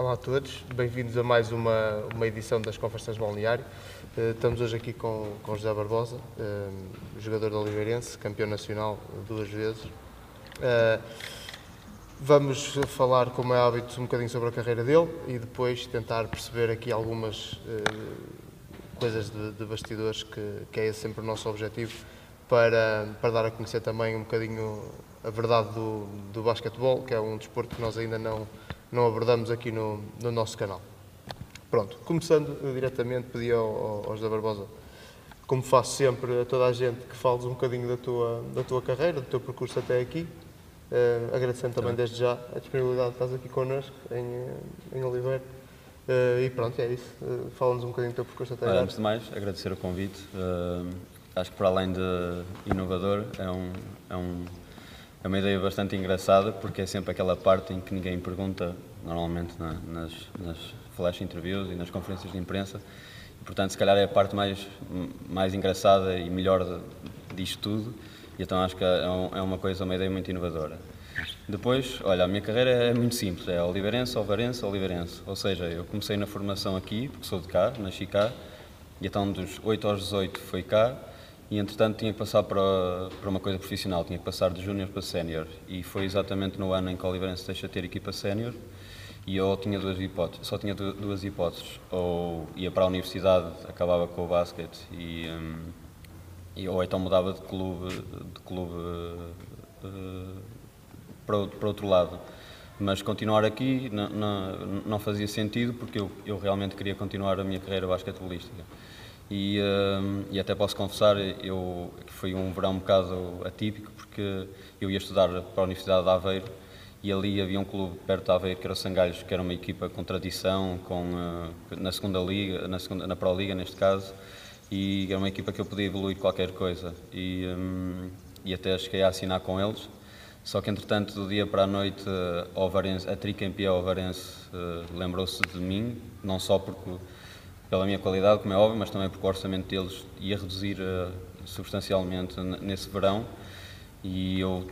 Olá a todos, bem-vindos a mais uma edição das Conversas Balneário. Estamos hoje aqui com José Barbosa, jogador do Oliveirense, campeão nacional 2 vezes. Vamos falar, como é hábito, um bocadinho sobre a carreira dele e depois tentar perceber aqui algumas coisas de bastidores, que é esse sempre o nosso objetivo, para dar a conhecer também um bocadinho a verdade do basquetebol, que é um desporto que nós ainda não abordamos aqui no nosso canal. Pronto, começando diretamente, pedi ao José Barbosa, como faço sempre a toda a gente, que fales um bocadinho da tua carreira, do teu percurso até aqui, agradecendo também desde já a disponibilidade de estás aqui connosco em Oliveira. E pronto, é isso. Fala-nos um bocadinho do teu percurso até agora. Antes de mais, agradecer o convite. Acho que, para além de inovador, é uma ideia bastante engraçada, porque é sempre aquela parte em que ninguém pergunta, normalmente nas flash interviews e nas conferências de imprensa, e, portanto, se calhar é a parte mais engraçada e melhor disto tudo, e então acho que é uma ideia muito inovadora. Depois, olha, a minha carreira é muito simples, é Oliveirense, Ovarense, Oliveirense, ou seja, eu comecei na formação aqui, porque sou de cá, nasci cá, e então dos 8 aos 18 foi cá, e entretanto tinha que passar para uma coisa profissional, tinha que passar de júnior para sénior, e foi exatamente no ano em que o Oliveirense deixa de ter equipa sénior, e eu tinha só tinha duas hipóteses, ou ia para a universidade, acabava com o basquete, ou então mudava de clube para outro lado. Mas continuar aqui não fazia sentido, porque eu realmente queria continuar a minha carreira basquetebolística. E até posso confessar, que foi um verão um bocado atípico, porque eu ia estudar para a Universidade de Aveiro e ali havia um clube perto de Aveiro, que era o Sangalhos, que era uma equipa com tradição, na segunda liga, na Pro Liga neste caso, e era uma equipa que eu podia evoluir qualquer coisa. E até cheguei a assinar com eles. Só que, entretanto, do dia para a noite, a tricampeã Ovarense lembrou-se de mim, não só pela minha qualidade, como é óbvio, mas também porque o orçamento deles ia reduzir substancialmente nesse verão, e eu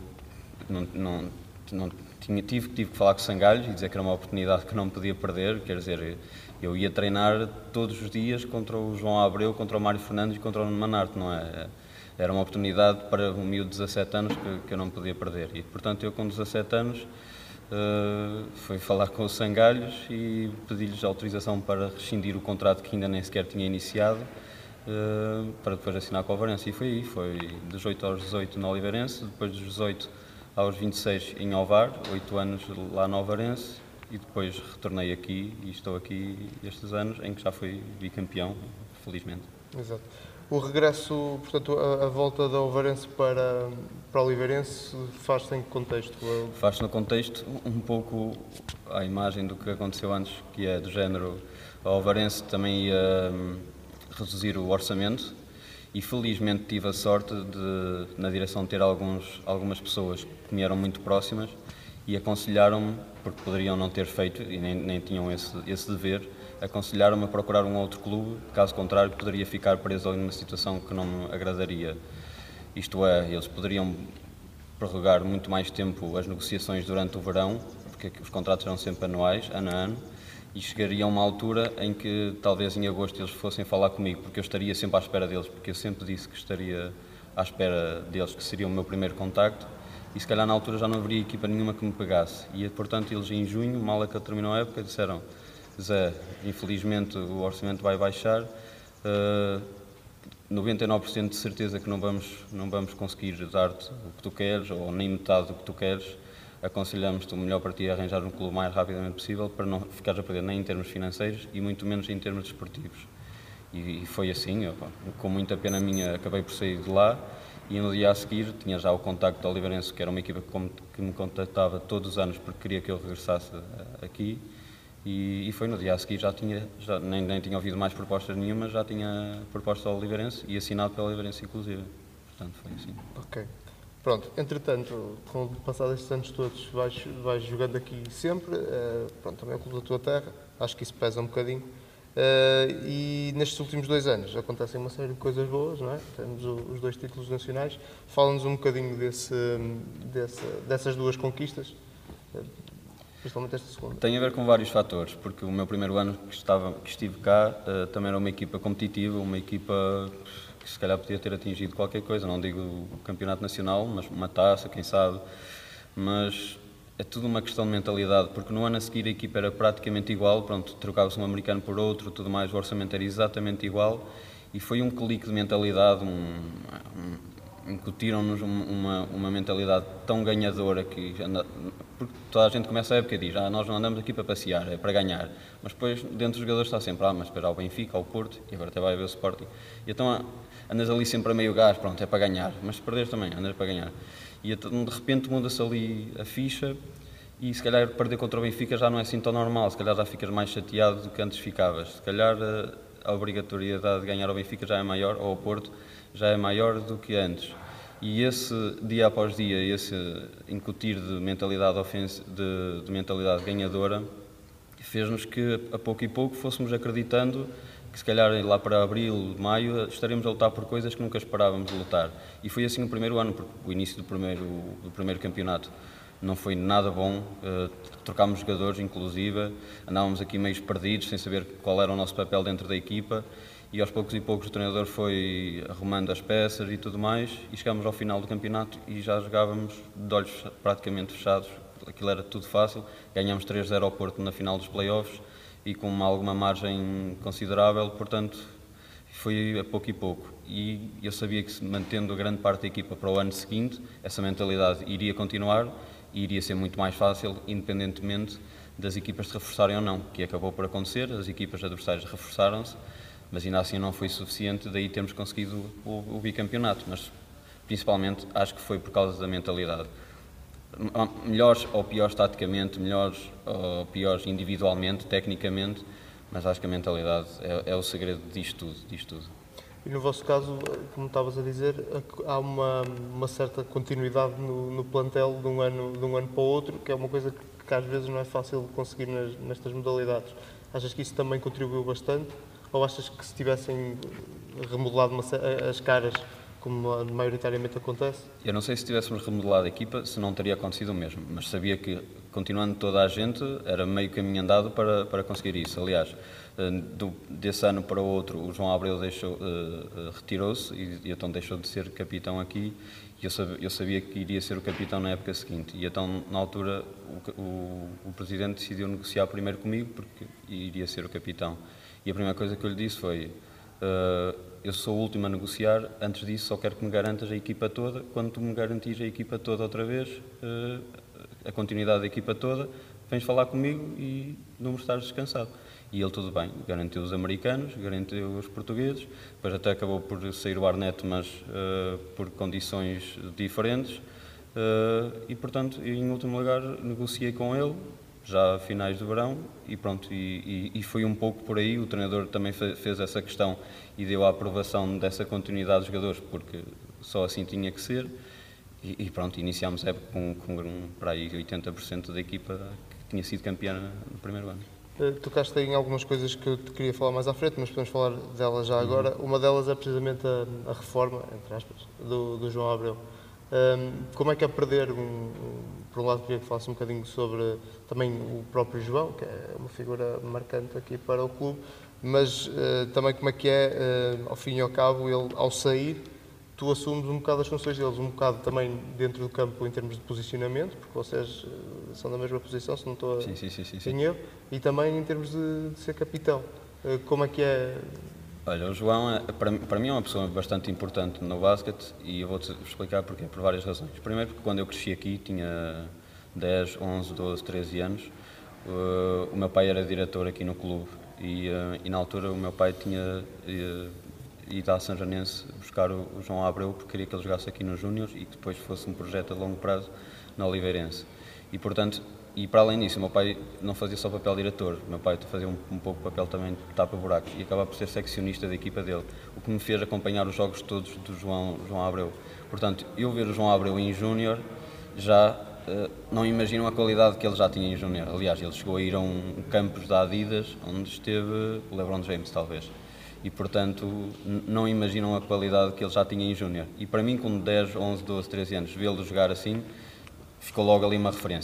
tive que falar com o Sangalhos e dizer que era uma oportunidade que não podia perder. Quer dizer, eu ia treinar todos os dias contra o João Abreu, contra o Mário Fernandes e contra o Nuno Manarte, não é? Era uma oportunidade para um miúdo de 17 anos que eu não podia perder. E, portanto, eu com 17 anos fui falar com o Sangalhos e pedi-lhes autorização para rescindir o contrato, que ainda nem sequer tinha iniciado, para depois assinar com o Oliveirense. E foi dos 8 aos 18 no Oliveirense, depois dos 18 aos 26 em Ovar, 8 anos lá no Oliveirense, e depois retornei aqui e estou aqui estes anos, em que já fui bicampeão, felizmente. Exato. O regresso, portanto, a volta da Ovarense para o Oliveirense faz-se em que contexto? Faz-se no contexto um pouco à imagem do que aconteceu antes, que é do género, a Ovarense também ia reduzir o orçamento, e felizmente tive a sorte na direção, ter algumas pessoas que me eram muito próximas e aconselharam-me, porque poderiam não ter feito e nem tinham esse dever, aconselharam-me a procurar um outro clube, caso contrário poderia ficar preso ali numa situação que não me agradaria. Isto é, eles poderiam prorrogar muito mais tempo as negociações durante o verão, porque os contratos eram sempre anuais, ano a ano, e chegaria a uma altura em que talvez em agosto eles fossem falar comigo, porque eu estaria sempre à espera deles, porque eu sempre disse que estaria à espera deles, que seria o meu primeiro contacto, e se calhar na altura já não haveria equipa nenhuma que me pegasse. E, portanto, eles em junho, mal é que terminou a época, disseram: Zé, infelizmente o orçamento vai baixar, 99% de certeza que não vamos conseguir dar-te o que tu queres, ou nem metade do que tu queres. Aconselhamos-te, o melhor para ti é arranjar um clube o mais rapidamente possível, para não ficares a perder nem em termos financeiros e muito menos em termos desportivos. E foi assim, com muita pena minha, acabei por sair de lá, e no dia a seguir tinha já o contacto do Oliveirense, que era uma equipa que me contactava todos os anos porque queria que eu regressasse aqui. E foi no dia a seguir, nem tinha ouvido mais propostas nenhuma, já tinha proposta ao Oliveirense e assinado pelo Oliveirense, inclusive. Portanto, foi assim. Ok. Pronto, entretanto, com o passar destes anos todos, vais jogando aqui sempre, pronto, também é o clube da tua terra, acho que isso pesa um bocadinho. E nestes últimos 2 anos acontecem uma série de coisas boas, não é? Temos os 2 títulos nacionais. Fala-nos um bocadinho dessas 2 conquistas. principalmente esta segunda? Tem a ver com vários fatores, porque o meu primeiro ano que estive cá também era uma equipa competitiva, uma equipa que se calhar podia ter atingido qualquer coisa, não digo o campeonato nacional, mas uma taça, quem sabe, mas é tudo uma questão de mentalidade, porque no ano a seguir a equipa era praticamente igual, pronto, trocava-se um americano por outro, tudo mais, o orçamento era exatamente igual, e foi um clique de mentalidade, incutiram-nos uma mentalidade tão ganhadora que porque toda a gente começa a época e diz, nós não andamos aqui para passear, é para ganhar, mas depois dentro dos jogadores está sempre, mas depois há o Benfica, há o Porto e agora até vai haver o Sporting, e então andas ali sempre a meio gás, pronto, é para ganhar, mas se perderes também, andas para ganhar, e então, de repente muda-se ali a ficha e se calhar perder contra o Benfica já não é assim tão normal, se calhar já ficas mais chateado do que antes ficavas, se calhar a obrigatoriedade de ganhar ao Benfica já é maior, ou ao Porto, já é maior do que antes. E esse, dia após dia, esse incutir de mentalidade de mentalidade ganhadora, fez-nos que, a pouco e pouco, fôssemos acreditando que, se calhar, lá para abril, maio, estaremos a lutar por coisas que nunca esperávamos lutar. E foi assim o primeiro ano, porque o início do primeiro campeonato não foi nada bom, trocámos jogadores, inclusive, andávamos aqui meio perdidos, sem saber qual era o nosso papel dentro da equipa, e aos poucos e poucos o treinador foi arrumando as peças e tudo mais, e chegámos ao final do campeonato e já jogávamos de olhos praticamente fechados, aquilo era tudo fácil, ganhámos 3-0 ao Porto na final dos play-offs, e com alguma margem considerável, portanto, foi a pouco e pouco. E eu sabia que, mantendo a grande parte da equipa para o ano seguinte, essa mentalidade iria continuar, e iria ser muito mais fácil, independentemente das equipas se reforçarem ou não, que acabou por acontecer, as equipas adversárias reforçaram-se, mas ainda assim não foi suficiente, daí termos conseguido o bicampeonato, mas principalmente acho que foi por causa da mentalidade. Melhores ou piores taticamente, melhores ou piores individualmente, tecnicamente, mas acho que a mentalidade é o segredo disto tudo. E no vosso caso, como estavas a dizer, há uma certa continuidade no plantel de um ano para o outro, que é uma coisa que às vezes não é fácil conseguir nestas modalidades. Achas que isso também contribuiu bastante? Ou achas que se tivessem remodelado as caras, como maioritariamente acontece? Eu não sei se tivéssemos remodelado a equipa, se não teria acontecido o mesmo, mas sabia que, continuando toda a gente, era meio caminho andado para conseguir isso. Aliás, desse ano para o outro, o João Abreu retirou-se e então deixou de ser capitão aqui, e eu sabia que iria ser o capitão na época seguinte, e então, na altura, o presidente decidiu negociar primeiro comigo, porque iria ser o capitão. E a primeira coisa que eu lhe disse foi, eu sou o último a negociar, antes disso só quero que me garantas a equipa toda, quando tu me garantires a equipa toda outra vez, a continuidade da equipa toda, vens falar comigo e não me estás descansado. E ele tudo bem, garantiu os americanos, garantiu os portugueses, depois até acabou por sair o Arnett, mas por condições diferentes, e portanto, em último lugar, negociei com ele, já a finais de verão, e pronto, e foi um pouco por aí, o treinador também fez essa questão e deu a aprovação dessa continuidade dos jogadores, porque só assim tinha que ser, e pronto, iniciámos a época com para aí 80% da equipa que tinha sido campeã no primeiro ano. Tocaste em algumas coisas que eu te queria falar mais à frente, mas podemos falar delas já agora. Uma delas é precisamente a reforma, entre aspas, do João Abreu. Como é que é perder, por um lado queria que falasse um bocadinho sobre também o próprio João, que é uma figura marcante aqui para o clube, mas também como é que é, ao fim e ao cabo, ele ao sair, tu assumes um bocado as funções deles, um bocado também dentro do campo em termos de posicionamento, porque vocês são da mesma posição, se não estou em erro, e também em termos de ser capitão. Como é que é? Olha, o João, para mim, é uma pessoa bastante importante no basquete e eu vou-te explicar porquê, por várias razões. Primeiro, porque quando eu cresci aqui, tinha 10, 11, 12, 13 anos, o meu pai era diretor aqui no clube e na altura o meu pai tinha ido à São Janense buscar o João Abreu porque queria que ele jogasse aqui nos Júniors e que depois fosse um projeto a longo prazo na Oliveirense. E, portanto, para além disso, o meu pai não fazia só papel diretor, o meu pai fazia um pouco papel também de tapa-buracos e acabava por ser seccionista da equipa dele, o que me fez acompanhar os jogos todos do João Abreu. Portanto, eu ver o João Abreu em Júnior já não imaginam a qualidade que ele já tinha em Júnior. Aliás, ele chegou a ir a um campus da Adidas, onde esteve o LeBron James, talvez. E, portanto, não imaginam a qualidade que ele já tinha em Júnior. E para mim, com 10, 11, 12, 13 anos, vê-lo jogar assim, ficou logo ali uma referência.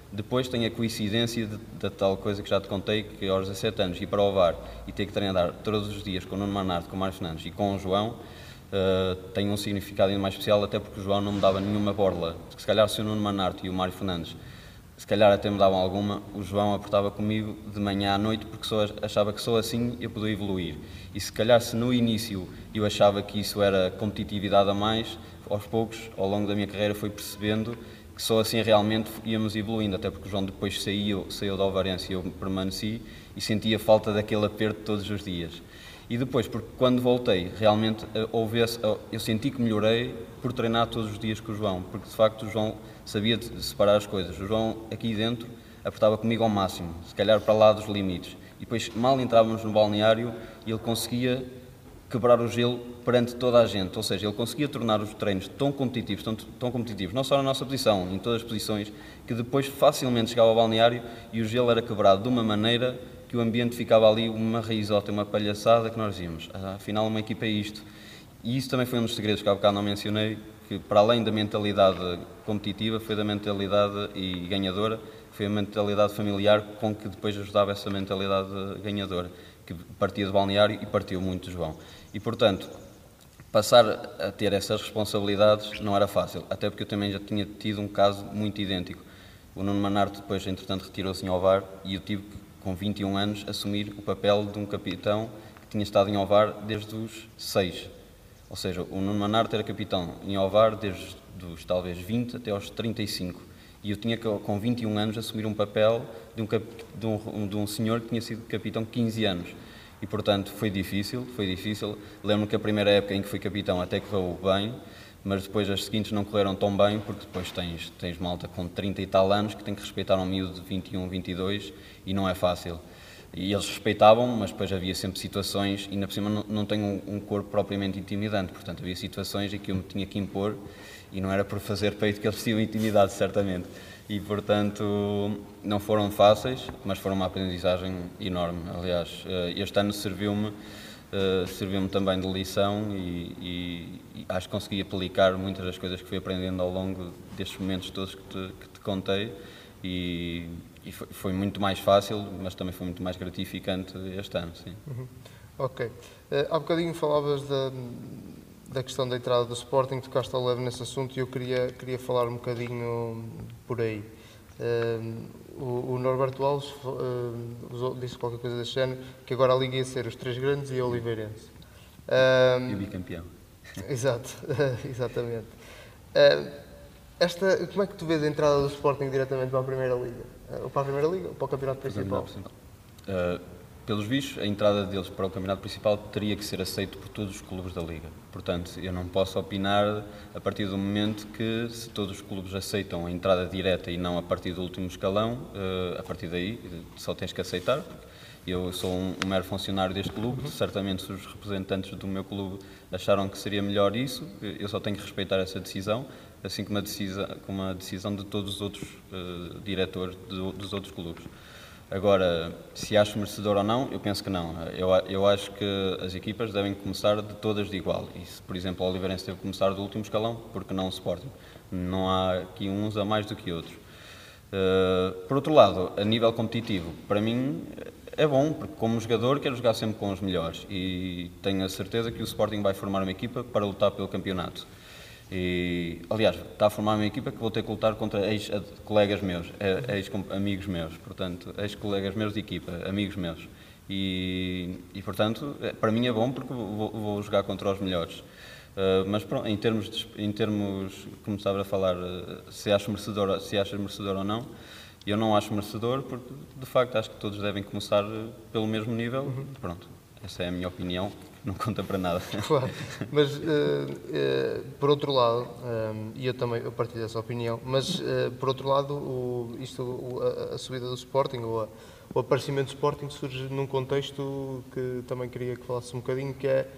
Depois tem a coincidência da tal coisa que já te contei, que aos 17 anos ir para o VAR e ter que treinar todos os dias com o Nuno Manarte, com o Mário Fernandes e com o João, tem um significado ainda mais especial, até porque o João não me dava nenhuma borla. Se calhar se o Nuno Manarte e o Mário Fernandes se calhar até me davam alguma, o João apertava comigo de manhã à noite porque achava que só assim eu podia evoluir. E se calhar se no início eu achava que isso era competitividade a mais, aos poucos, ao longo da minha carreira, fui percebendo que só assim realmente íamos evoluindo, até porque o João depois saiu da Ovarense e eu permaneci e sentia falta daquele aperto todos os dias. E depois, porque quando voltei, realmente eu senti que melhorei por treinar todos os dias com o João, porque de facto o João sabia separar as coisas. O João aqui dentro apertava comigo ao máximo, se calhar para lá dos limites. E depois mal entrávamos no balneário e ele conseguia quebrar o gelo perante toda a gente, ou seja, ele conseguia tornar os treinos tão competitivos, tão competitivos, não só na nossa posição, em todas as posições, que depois facilmente chegava ao balneário e o gelo era quebrado de uma maneira que o ambiente ficava ali uma raizota, uma palhaçada, que nós dizíamos, afinal uma equipa é isto. E isso também foi um dos segredos que há bocado não mencionei, que para além da mentalidade competitiva, foi da mentalidade e ganhadora, foi a mentalidade familiar com que depois ajudava essa mentalidade ganhadora, que partia do balneário e partiu muito do João. E, portanto, passar a ter essas responsabilidades não era fácil, até porque eu também já tinha tido um caso muito idêntico. O Nuno Manarte depois, entretanto, retirou-se em Ovar e eu tive que, com 21 anos, assumir o papel de um capitão que tinha estado em Ovar desde os 6. Ou seja, o Nuno Manarte era capitão em Ovar desde os talvez 20 até aos 35. E eu tinha que, com 21 anos, assumir um papel de um senhor que tinha sido capitão 15 anos. E, portanto, foi difícil. Lembro-me que a primeira época em que fui capitão até correu bem, mas depois as seguintes não correram tão bem, porque depois tens malta com 30 e tal anos que tem que respeitar um miúdo de 21, 22 e não é fácil. E eles respeitavam, mas depois havia sempre situações, e ainda por cima não tenho um corpo propriamente intimidante, portanto havia situações em que eu me tinha que impor e não era por fazer peito que eles tinham intimidade, certamente. E, portanto, não foram fáceis, mas foram uma aprendizagem enorme. Aliás, este ano serviu-me também de lição e acho que consegui aplicar muitas das coisas que fui aprendendo ao longo destes momentos todos que te contei e foi muito mais fácil, mas também foi muito mais gratificante este ano, sim. Ok. Há bocadinho falavas da questão da entrada do Sporting, tocaste ao leve nesse assunto e eu queria falar um bocadinho por aí. O Norberto Alves disse qualquer coisa deste género, que agora a Liga ia ser os três grandes e a Oliveirense. E o bicampeão. Exato, exatamente. Como é que tu vês a entrada do Sporting diretamente para a Primeira Liga? Ou para a Primeira Liga ou para o Campeonato Principal? Pelos vistos, a entrada deles para o Campeonato Principal teria que ser aceito por todos os clubes da Liga. Portanto, eu não posso opinar a partir do momento que, se todos os clubes aceitam a entrada direta e não a partir do último escalão, a partir daí só tens que aceitar. Eu sou um mero funcionário deste clube, certamente se os representantes do meu clube acharam que seria melhor isso, eu só tenho que respeitar essa decisão, assim como a decisão de todos os outros diretores dos outros clubes. Agora, se acho merecedor ou não, eu penso que não. Eu acho que as equipas devem começar de todas de igual. E se, por exemplo, o Oliveirense teve que começar do último escalão, porque não o Sporting? Não há aqui uns a mais do que outros. Por outro lado, a nível competitivo, para mim é bom, porque como jogador quero jogar sempre com os melhores e tenho a certeza que o Sporting vai formar uma equipa para lutar pelo campeonato. E, aliás, está a formar uma equipa que vou ter que lutar contra ex-colegas meus, ex-amigos meus, portanto, ex-colegas meus de equipa, amigos meus. E portanto, para mim é bom porque vou jogar contra os melhores. Mas pronto, em termos, como estava a falar, se achas merecedor ou não, eu não acho merecedor porque, de facto, acho que todos devem começar pelo mesmo nível. Pronto, essa é a minha opinião, não conta para nada. Claro, mas por outro lado, e eu partilho dessa opinião, mas por outro lado, a subida do Sporting, ou o aparecimento do Sporting surge num contexto que também queria que falasse um bocadinho, que é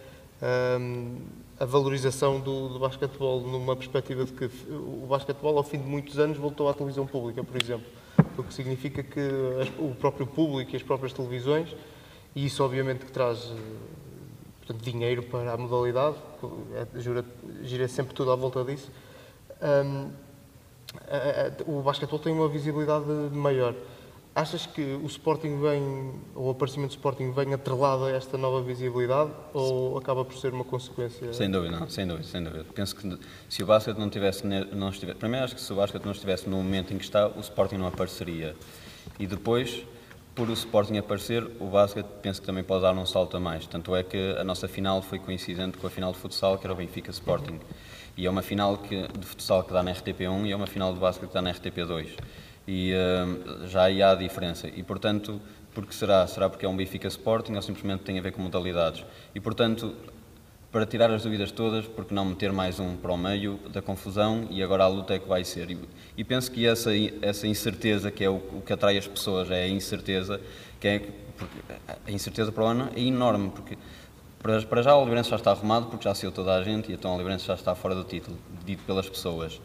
a valorização do basquetebol, numa perspectiva de que o basquetebol, ao fim de muitos anos, voltou à televisão pública, por exemplo. O que significa que o próprio público e as próprias televisões, e isso obviamente que traz dinheiro para a modalidade, gira sempre tudo à volta disso, o basquetebol tem uma visibilidade maior. Achas que o Sporting vem, ou o aparecimento do Sporting vem atrelado a esta nova visibilidade ou acaba por ser uma consequência? Sem dúvida, não, sem dúvida, sem dúvida. Penso que se o basquete não estivesse, primeiro acho que se o basquete não estivesse no momento em que está, o Sporting não apareceria. E depois, por o Sporting aparecer, o basquete penso que também pode dar um salto a mais. Tanto é que a nossa final foi coincidente com a final de futsal, que era o Benfica Sporting. E é uma final de futsal que dá na RTP1 e é uma final de basquete que dá na RTP2. E já aí há a diferença. E, portanto, porque será? Será porque é um Benfica Sporting ou simplesmente tem a ver com modalidades? E, portanto, para tirar as dúvidas todas, porque não meter mais um para o meio da confusão e agora a luta é que vai ser. E penso que essa incerteza, que é o que atrai as pessoas, é a incerteza, porque a incerteza para o ano é enorme, porque para já o Oliveirense já está arrumado, porque já saiu toda a gente e então o Oliveirense já está fora do título, dito pelas pessoas.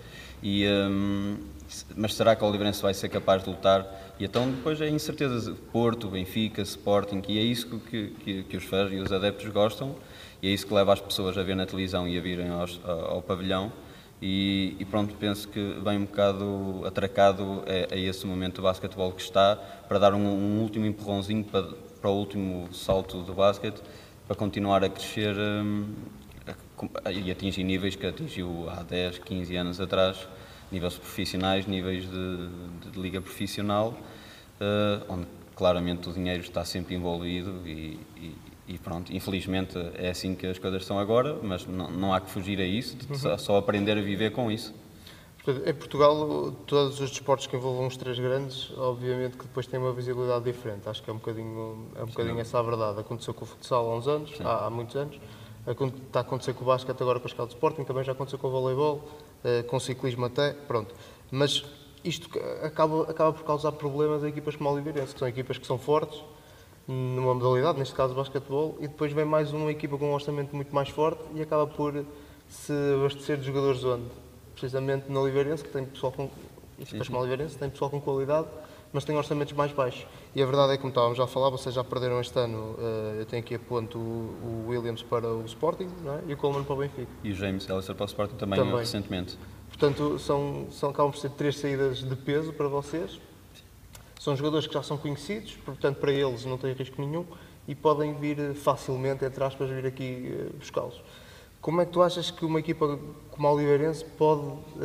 Mas será que o Oliveirense vai ser capaz de lutar? E então depois é incerteza, Porto, Benfica, Sporting, e é isso que os fãs e os adeptos gostam, e é isso que leva as pessoas a ver na televisão e a virem ao pavilhão, e pronto, penso que vem um bocado atracado a esse momento do basquetebol que está, para dar um último empurrãozinho para o último salto do basquete, para continuar a crescer e atingir níveis que atingiu há 10, 15 anos atrás, níveis profissionais, níveis de liga profissional, onde claramente o dinheiro está sempre envolvido e pronto, infelizmente é assim que as coisas são agora, mas não há que fugir a isso, só aprender a viver com isso. Em Portugal, todos os desportos que envolvam os três grandes, obviamente que depois têm uma visibilidade diferente. Acho que é um bocadinho essa a verdade. Aconteceu com o futsal há uns anos, há muitos anos. Está a acontecer com o basquete agora com a escala de Sporting, também já aconteceu com o voleibol, com o ciclismo até, pronto. Mas isto acaba por causar problemas a equipas como a Oliveirense, que são equipas que são fortes numa modalidade, neste caso o basquetebol, e depois vem mais uma equipa com um orçamento muito mais forte e acaba por se abastecer de jogadores onde? Precisamente no Oliveirense, que tem pessoal com, como Oliveirense, tem pessoal com qualidade, mas tem orçamentos mais baixos. E a verdade é que, como estávamos já a falar, vocês já perderam este ano, eu tenho aqui a ponto o Williams para o Sporting, não é? E o Coleman para o Benfica. E o James Ellison para o Sporting também. Recentemente. Portanto, acabam por ser 3 saídas de peso para vocês. São jogadores que já são conhecidos, portanto, para eles não tem risco nenhum e podem vir facilmente, entre aspas, vir aqui buscá-los. Como é que tu achas que uma equipa como a Oliveirense pode,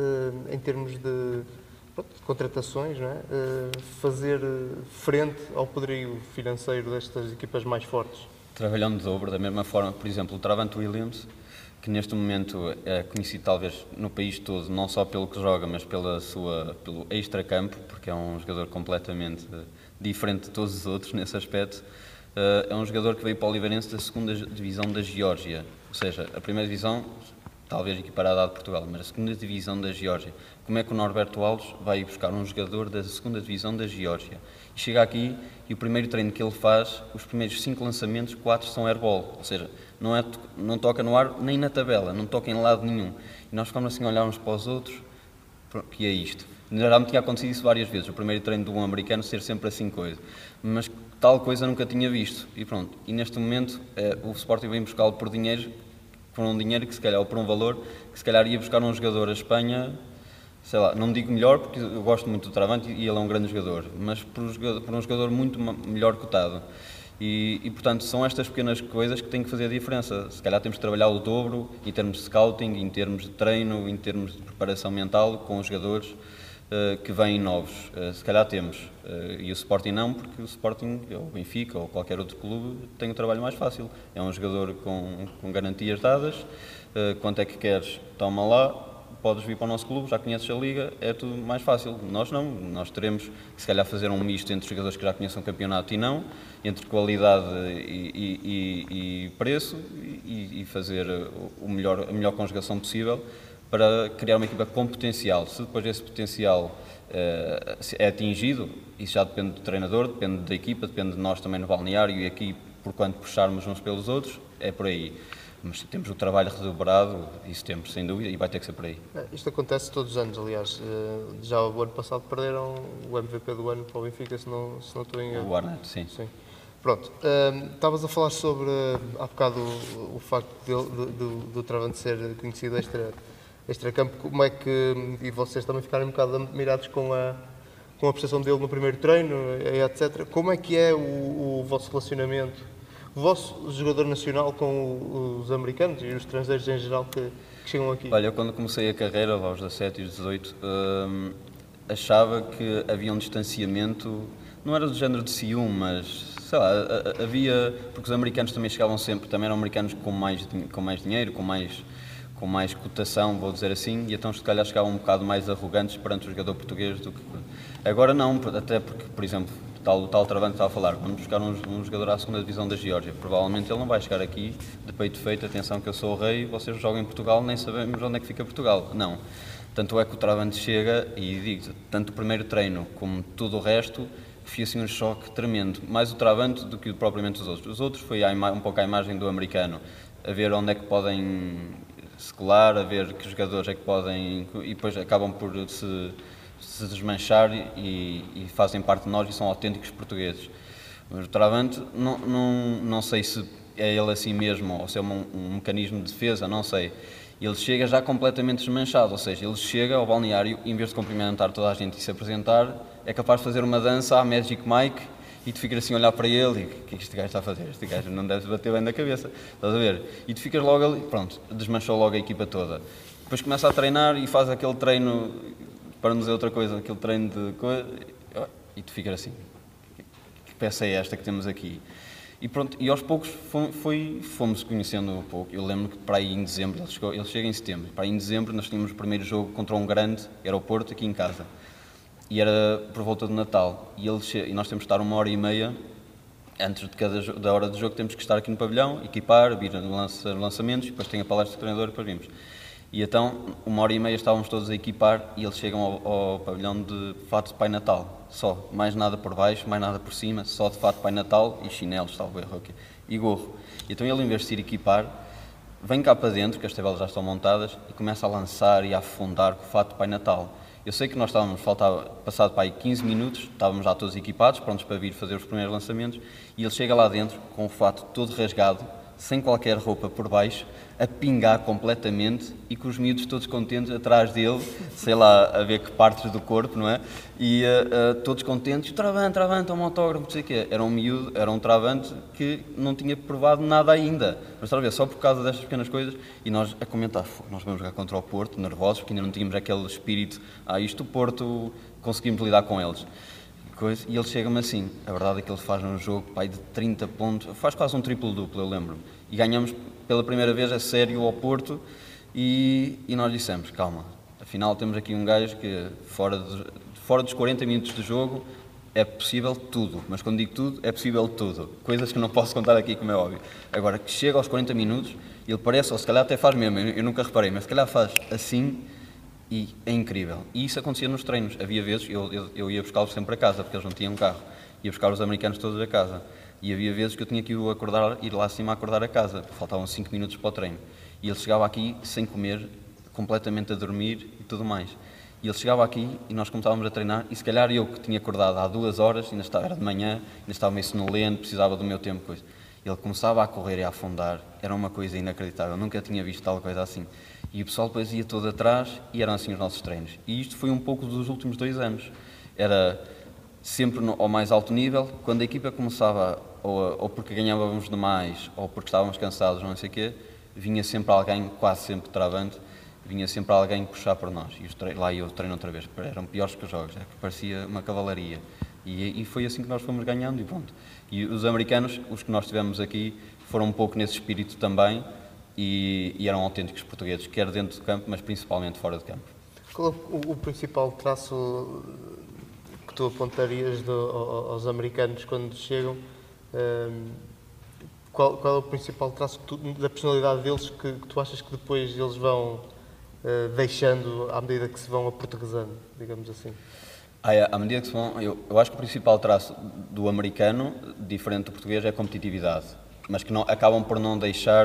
em termos de contratações, não é? Fazer frente ao poderio financeiro destas equipas mais fortes? Trabalhando de dobro, da mesma forma, por exemplo, o Travante Williams, que neste momento é conhecido talvez no país todo, não só pelo que joga, mas pelo extracampo, porque é um jogador completamente diferente de todos os outros nesse aspecto. É um jogador que veio para o Oliveirense da 2ª Divisão da Geórgia, ou seja, a 1ª Divisão talvez equiparada à de Portugal, mas a 2ª Divisão da Geórgia. Como é que o Norberto Alves vai buscar um jogador da 2ª Divisão da Geórgia? E chega aqui e o primeiro treino que ele faz, os primeiros 5 lançamentos, 4 são airball, ou seja, não toca no ar nem na tabela, não toca em lado nenhum. E nós ficamos assim a olhar uns para os outros, que é isto. Já me tinha acontecido isso várias vezes, o primeiro treino de um americano ser sempre assim coisa, mas tal coisa nunca tinha visto, e pronto. E neste momento o Sporting vem buscá-lo por dinheiro, por um dinheiro que se calhar, ou por um valor, que se calhar ia buscar um jogador a Espanha, sei lá, não digo melhor, porque eu gosto muito do Travante e ele é um grande jogador, mas por um jogador muito melhor cotado. E, portanto, são estas pequenas coisas que têm que fazer a diferença. Se calhar temos que trabalhar o dobro em termos de scouting, em termos de treino, em termos de preparação mental com os jogadores que vêm novos. Se calhar temos. E o Sporting não, porque o Sporting, ou o Benfica, ou qualquer outro clube, tem o trabalho mais fácil. É um jogador com garantias dadas. Quanto é que queres? Toma lá. Podes vir para o nosso clube, já conheces a Liga, é tudo mais fácil. Nós não, nós teremos que se calhar fazer um misto entre jogadores que já conhecem o campeonato e não, entre qualidade e preço e fazer a melhor conjugação possível para criar uma equipa com potencial. Se depois esse potencial é atingido, isso já depende do treinador, depende da equipa, depende de nós também no balneário e aqui por quanto puxarmos uns pelos outros, é por aí. Mas temos o trabalho redobrado, isso temos, sem dúvida, e vai ter que ser por aí. Isto acontece todos os anos, aliás. Já o ano passado perderam o MVP do ano para o Benfica, se não estou em erro. O Arnett, sim. Pronto, estavas a falar sobre, há bocado, o facto do Travante ser conhecido extracampo, como é que, e vocês também ficaram um bocado admirados com a prestação dele no primeiro treino, etc. Como é que é o vosso relacionamento, o vosso jogador nacional com os americanos e os estrangeiros em geral que chegam aqui? Olha, eu quando comecei a carreira, aos 17 e 18, achava que havia um distanciamento, não era do género de ciúme, mas, sei lá, havia, porque os americanos também chegavam sempre, também eram americanos com mais dinheiro, com mais cotação, vou dizer assim, e então se calhar chegavam um bocado mais arrogantes perante o jogador português do que... Agora não, até porque, por exemplo, o tal Travante estava a falar, vamos buscar um jogador à segunda divisão da Geórgia, provavelmente ele não vai chegar aqui de peito feito, atenção que eu sou o rei, vocês jogam em Portugal, nem sabemos onde é que fica Portugal. Não. Tanto é que o Travante chega e digo, tanto o primeiro treino como tudo o resto, foi assim um choque tremendo, mais o Travante do que propriamente os outros. Os outros foi um pouco a imagem do americano, a ver onde é que podem se colar, a ver que jogadores é que podem, e depois acabam por se desmanchar e fazem parte de nós e são autênticos portugueses. Mas o Travante, não sei se é ele assim mesmo ou se é um mecanismo de defesa, não sei. Ele chega já completamente desmanchado, ou seja, ele chega ao balneário e em vez de cumprimentar toda a gente e se apresentar, é capaz de fazer uma dança à Magic Mike e tu ficas assim a olhar para ele e o que é que este gajo está a fazer? Este gajo não deve bater bem na cabeça, estás a ver? E tu ficas logo ali, pronto, desmanchou logo a equipa toda. Depois começa a treinar e faz aquele treino, para não dizer outra coisa, aquele treino de coisa, e tu ficas assim, que peça é esta que temos aqui? E pronto, e aos poucos fomos conhecendo um pouco. Eu lembro que para aí em dezembro, ele chega em setembro, para aí em dezembro nós tínhamos o primeiro jogo contra um grande, era o Porto, aqui em casa. E era por volta de Natal. E nós temos que estar 1h30 antes da hora do jogo, temos que estar aqui no pavilhão, equipar, vir lançar lançamentos, e depois tem a palestra do treinador e depois vimos. E então, 1h30 estávamos todos a equipar e eles chegam ao pavilhão de fato de Pai Natal, só, mais nada por baixo, mais nada por cima, só de fato de Pai Natal e chinelos, salvo erro, okay, e gorro. E então ele, em vez de se ir equipar, vem cá para dentro, que as tabelas já estão montadas, e começa a lançar e a afundar com o fato de Pai Natal. Eu sei que nós passado para aí 15 minutos, estávamos já todos equipados, prontos para vir fazer os primeiros lançamentos, e ele chega lá dentro com o fato todo rasgado, sem qualquer roupa por baixo, a pingar completamente e com os miúdos todos contentes atrás dele, sei lá, a ver que partes do corpo, não é? E todos contentes, Travante, um autógrafo, não sei o quê. Era um miúdo, era um Travante que não tinha provado nada ainda. Mas estás a ver, só por causa destas pequenas coisas, e nós a comentar, nós vamos jogar contra o Porto, nervosos, porque ainda não tínhamos aquele espírito, isto o Porto, conseguimos lidar com eles. E ele chega-me assim, a verdade é que ele faz um jogo, pai, de 30 pontos, faz quase um triplo-duplo, eu lembro-me. E ganhamos pela primeira vez a sério ao Porto e nós dissemos, calma, afinal temos aqui um gajo que fora dos 40 minutos de jogo é possível tudo, mas quando digo tudo, é possível tudo. Coisas que não posso contar aqui, como é óbvio. Agora, que chega aos 40 minutos, ele parece, ou se calhar até faz mesmo, eu nunca reparei, mas se calhar faz assim e é incrível. E isso acontecia nos treinos. Havia vezes, eu ia buscá-los sempre a casa, porque eles não tinham carro. Ia buscar os americanos todos a casa. E havia vezes que eu tinha que ir lá acima a acordar a casa, faltavam 5 minutos para o treino. E ele chegava aqui sem comer, completamente a dormir e tudo mais. E ele chegava aqui e nós começávamos a treinar, e se calhar eu que tinha acordado há 2 horas, era de manhã, ainda estava meio sonolento, precisava do meu tempo, coisa. Ele começava a correr e a afundar, era uma coisa inacreditável, eu nunca tinha visto tal coisa assim. E o pessoal depois ia todo atrás e eram assim os nossos treinos. E isto foi um pouco dos últimos 2 anos. Era sempre ao mais alto nível, quando a equipa começava, ou porque ganhávamos demais, ou porque estávamos cansados, não sei o quê, vinha sempre alguém, quase sempre Travante, vinha sempre alguém puxar por nós. E lá eu treino outra vez, eram piores que os jogos, parecia uma cavalaria. E foi assim que nós fomos ganhando e pronto. E os americanos, os que nós tivemos aqui, foram um pouco nesse espírito também e eram autênticos portugueses, quer dentro do campo, mas principalmente fora do campo. Qual é o principal traço que tu apontarias aos americanos quando chegam? Qual é o principal traço da personalidade deles que tu achas que depois eles vão deixando à medida que se vão aportuguesando, digamos assim? À medida que se vão, eu acho que o principal traço do americano, diferente do português, é a competitividade, mas que acabam por não deixar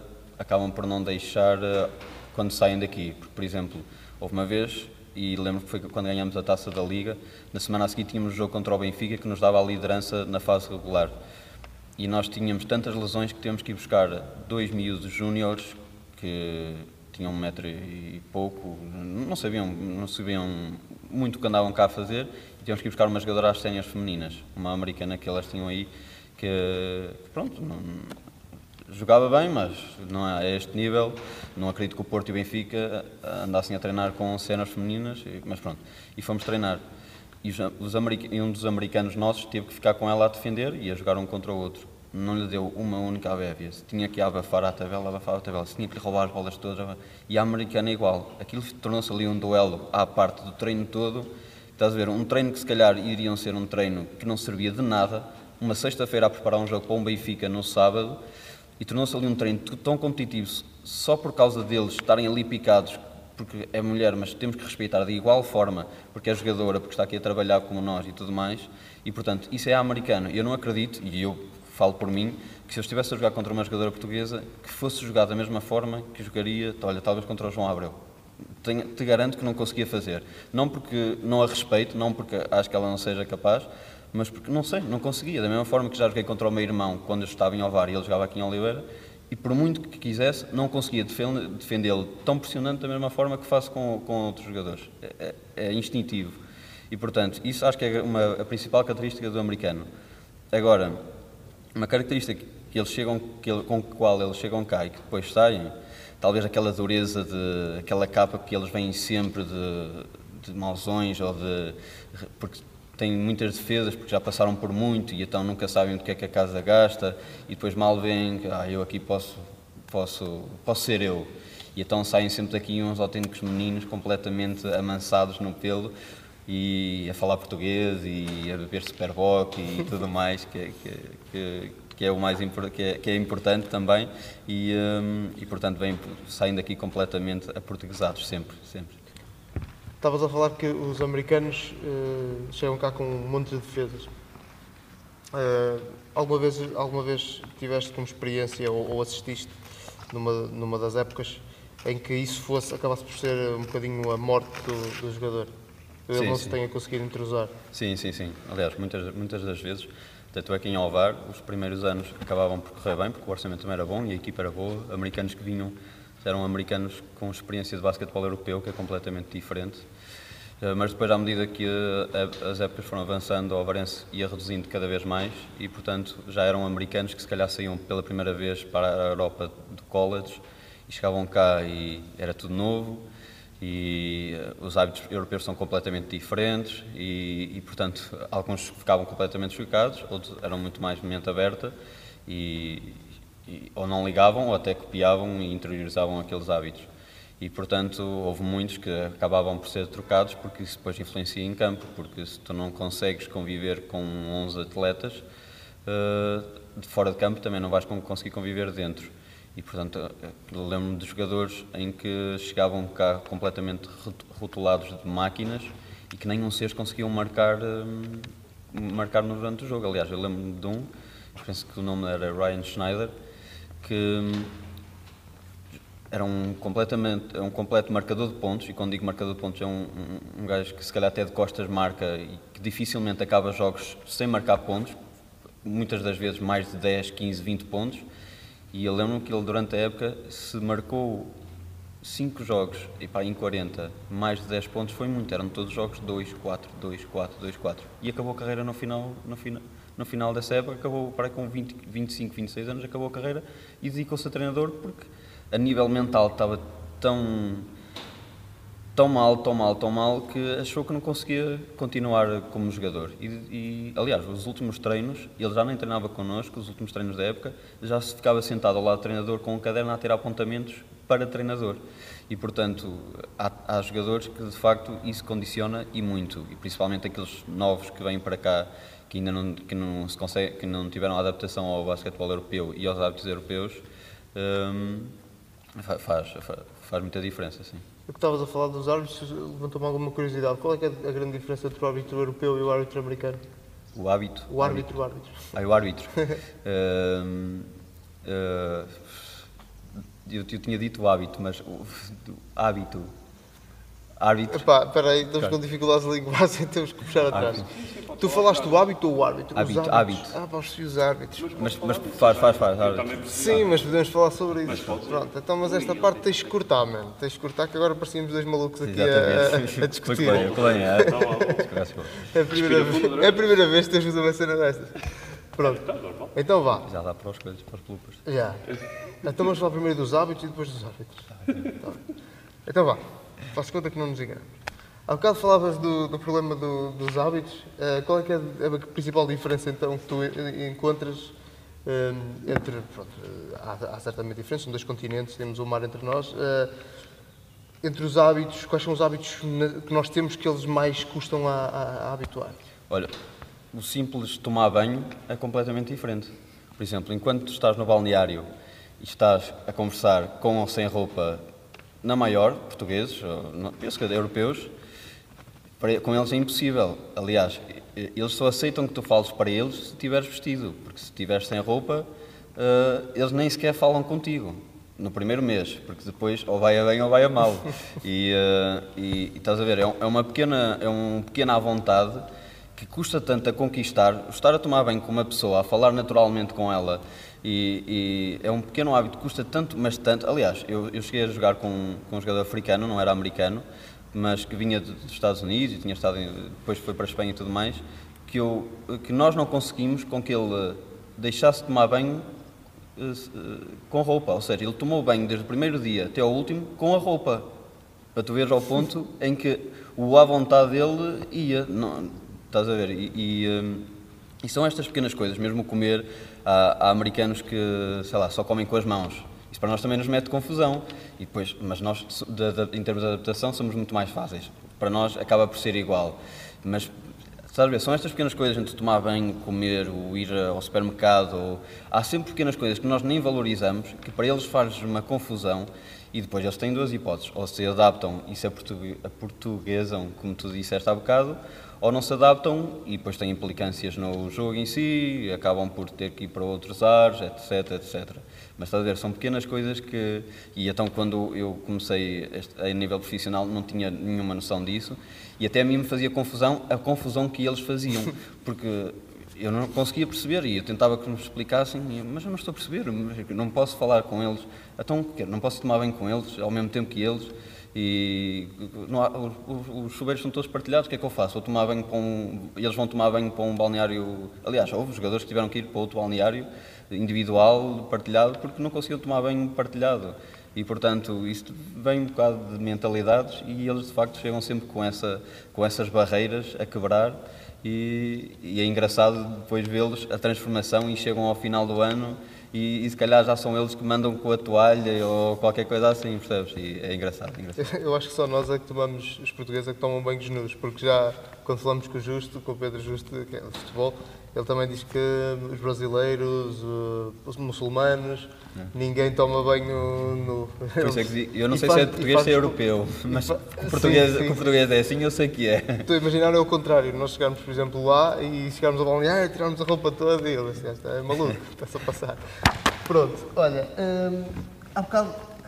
quando saem daqui. Porque, por exemplo, houve uma vez, e lembro que foi quando ganhamos a Taça da Liga, na semana a seguir tínhamos um jogo contra o Benfica que nos dava a liderança na fase regular. E nós tínhamos tantas lesões que tínhamos que ir buscar 2 miúdos júniores que tinham 1 metro e pouco, não sabiam muito o que andavam cá a fazer, e tivemos que ir buscar uma jogadora às séniores femininas, uma americana que elas tinham aí, que pronto, jogava bem, mas não é a este nível. Não acredito que o Porto e o Benfica andassem a treinar com séniores femininas, mas pronto, e fomos treinar. E um dos americanos nossos teve que ficar com ela a defender e a jogar um contra o outro. Não lhe deu uma única abévia. Se tinha que abafar a tabela, abafava a tabela. Se tinha que lhe roubar as bolas todas, e a americana igual. Aquilo tornou-se ali um duelo à parte do treino todo. Estás a ver, um treino que se calhar iriam ser um treino que não servia de nada, uma sexta-feira a preparar um jogo para um Benfica no sábado, e tornou-se ali um treino tão competitivo só por causa deles estarem ali picados, porque é mulher, mas temos que respeitar de igual forma, porque é jogadora, porque está aqui a trabalhar como nós e tudo mais, e portanto, isso é americano. Eu não acredito, e eu falo por mim, que se eu estivesse a jogar contra uma jogadora portuguesa, que fosse jogar da mesma forma que jogaria, olha, talvez contra o João Abreu. Te garanto que não conseguia fazer. Não porque não a respeito, não porque acho que ela não seja capaz, mas porque, não sei, não conseguia. Da mesma forma que já joguei contra o meu irmão quando eu estava em Ovar e ele jogava aqui em Oliveira, e por muito que quisesse, não conseguia defendê-lo tão pressionante da mesma forma que faço com outros jogadores. É instintivo. E, portanto, isso acho que é a principal característica do americano. Agora, uma característica que eles chegam, com a qual eles chegam cá e que depois saem, talvez aquela dureza, aquela capa que eles vêm sempre de mausões, porque têm muitas defesas, porque já passaram por muito e então nunca sabem do que é que a casa gasta, e depois mal veem que eu aqui posso ser eu. E então saem sempre daqui uns autênticos meninos completamente amansados no pelo e a falar português e a beber Superboc e tudo mais, que é o mais que é importante também, e portanto saem daqui completamente aportuguesados, sempre. Estavas a falar que os americanos chegam cá com um monte de defesas. Alguma vez tiveste como experiência ou assististe numa das épocas em que isso acabasse por ser um bocadinho a morte do jogador? Ele não se tenha conseguido entrosar. Sim. Aliás, muitas das vezes, tanto é que em Ovar, os primeiros anos acabavam por correr bem, porque o orçamento também era bom e a equipa era boa. Americanos que vinham, eram americanos com experiência de basquetebol europeu, que é completamente diferente. Mas depois, à medida que as épocas foram avançando, o Ovarense ia reduzindo cada vez mais e, portanto, já eram americanos que se calhar saíam pela primeira vez para a Europa do college e chegavam cá e era tudo novo. E os hábitos europeus são completamente diferentes e, portanto, alguns ficavam completamente chocados, outros eram muito mais mente aberta ou não ligavam ou até copiavam e interiorizavam aqueles hábitos. E, portanto, houve muitos que acabavam por ser trocados porque isso depois influencia em campo, porque se tu não consegues conviver com 11 atletas, de fora de campo também não vais conseguir conviver dentro. E, portanto, lembro-me de jogadores em que chegavam cá completamente rotulados de máquinas e que nem um seis conseguiam marcar durante o jogo. Aliás, eu lembro-me de penso que o nome era Ryan Schneider, que era um completo marcador de pontos, e quando digo marcador de pontos é um gajo que se calhar até de costas marca e que dificilmente acaba jogos sem marcar pontos, muitas das vezes mais de 10, 15, 20 pontos. E eu lembro-me que ele, durante a época, se marcou 5 jogos e em 40, mais de 10 pontos, foi muito. Eram todos jogos 2-4, 2-4, 2-4. E acabou a carreira no final dessa época, acabou com 25, 26 anos, acabou a carreira e dedicou-se a treinador porque a nível mental estava tão mal que achou que não conseguia continuar como jogador. Aliás, os últimos treinos, ele já nem treinava connosco, os últimos treinos da época, já se ficava sentado ao lado do treinador com um caderno a tirar apontamentos para treinador. E, portanto, há jogadores que, de facto, isso condiciona e muito. E principalmente aqueles novos que vêm para cá, que ainda não tiveram adaptação ao basquetebol europeu e aos hábitos europeus, faz muita diferença, sim. O que estavas a falar dos árbitros levantou-me alguma curiosidade. Qual é que é a grande diferença entre o árbitro europeu e o árbitro americano? O hábito? O árbitro. O árbitro. Eu tinha dito o hábito, mas hábito. árbitro. Epá, espera aí, estamos com dificuldades linguagens e temos que puxar atrás. Tu falaste do hábito ou o árbitro? Hábito, Os hábito. Ah, pá, os árbitros. Mas faz, árbitro. Sim, mas podemos falar sobre isso. Pronto, então, mas esta parte tens de cortar, mano. Tens de cortar, que agora parecíamos dois malucos aqui a discutir. É a primeira vez que tens de fazer uma cena destas. Pronto, então vá. Já dá para os coisas, para os bloopers. Já. Então vamos falar primeiro dos hábitos e depois dos árbitros. Então vá, faço conta que não nos enganamos. Há bocado falavas do problema dos hábitos. Qual é que é a principal diferença então que tu encontras entre... Pronto, há certamente diferenças, são dois continentes, temos o mar entre nós. Entre os hábitos, quais são os hábitos que nós temos que eles mais custam a habituar? Olha, o simples tomar banho é completamente diferente. Por exemplo, enquanto tu estás no balneário e estás a conversar com ou sem roupa, na maior, portugueses, penso que europeus, com eles é impossível. Aliás, eles só aceitam que tu fales para eles se estiveres vestido, porque se estiveres sem roupa, eles nem sequer falam contigo no primeiro mês, porque depois ou vai a bem ou vai a mal. E estás a ver, é uma pequena à vontade que custa tanto a conquistar, estar a tomar banho com uma pessoa, a falar naturalmente com ela, e é um pequeno hábito que custa tanto, mas tanto. Aliás, eu cheguei a jogar com um jogador africano, não era americano, mas que vinha dos Estados Unidos e tinha estado, depois foi para a Espanha e tudo mais, que nós não conseguimos com que ele deixasse de tomar banho com roupa, ou seja, ele tomou banho desde o primeiro dia até ao último com a roupa, para tu veres ao ponto em que o à vontade dele ia, não, estás a ver, e são estas pequenas coisas, mesmo comer, há americanos que, sei lá, só comem com as mãos. Isso para nós também nos mete confusão, e depois, mas nós, em termos de adaptação, somos muito mais fáceis. Para nós acaba por ser igual. Mas, estás a ver, são estas pequenas coisas entre tomar banho, comer, ou ir ao supermercado. Há sempre pequenas coisas que nós nem valorizamos, que para eles faz uma confusão, e depois eles têm duas hipóteses. Ou se adaptam e se aportuguesam, como tu disseste há bocado, ou não se adaptam e depois têm implicâncias no jogo em si, acabam por ter que ir para outros ares, etc, etc. Mas estás a ver, são pequenas coisas que... E então quando eu comecei a nível profissional não tinha nenhuma noção disso e até a mim me fazia confusão a confusão que eles faziam, porque eu não conseguia perceber e eu tentava que me explicassem, mas eu não estou a perceber, não posso falar com eles, então não posso tomar bem com eles ao mesmo tempo que eles. E os chuveiros são todos partilhados, o que é que eu faço? Vou tomar banho eles vão tomar banho para um balneário. Aliás, houve jogadores que tiveram que ir para outro balneário individual, partilhado, porque não conseguiam tomar banho partilhado. E, portanto, isto vem um bocado de mentalidades e eles, de facto, chegam sempre com essas barreiras a quebrar. E é engraçado depois vê-los, a transformação, e chegam ao final do ano e se calhar já são eles que mandam com a toalha ou qualquer coisa assim, percebes? E é engraçado. Eu acho que só nós é que tomamos, os portugueses é que tomam banhos nus, porque já quando falamos com o Pedro Justo, que é de futebol, ele também diz que os brasileiros, os muçulmanos, ninguém toma banho nu. Por isso é que eu não sei se é de português ou se é europeu, mas que o português é assim, eu sei que é. Estou a imaginar é o contrário, nós chegarmos, por exemplo, lá e chegarmos ao balneário, tirarmos a roupa toda e ele assim, é maluco, está-se a passar. Pronto, olha, há bocado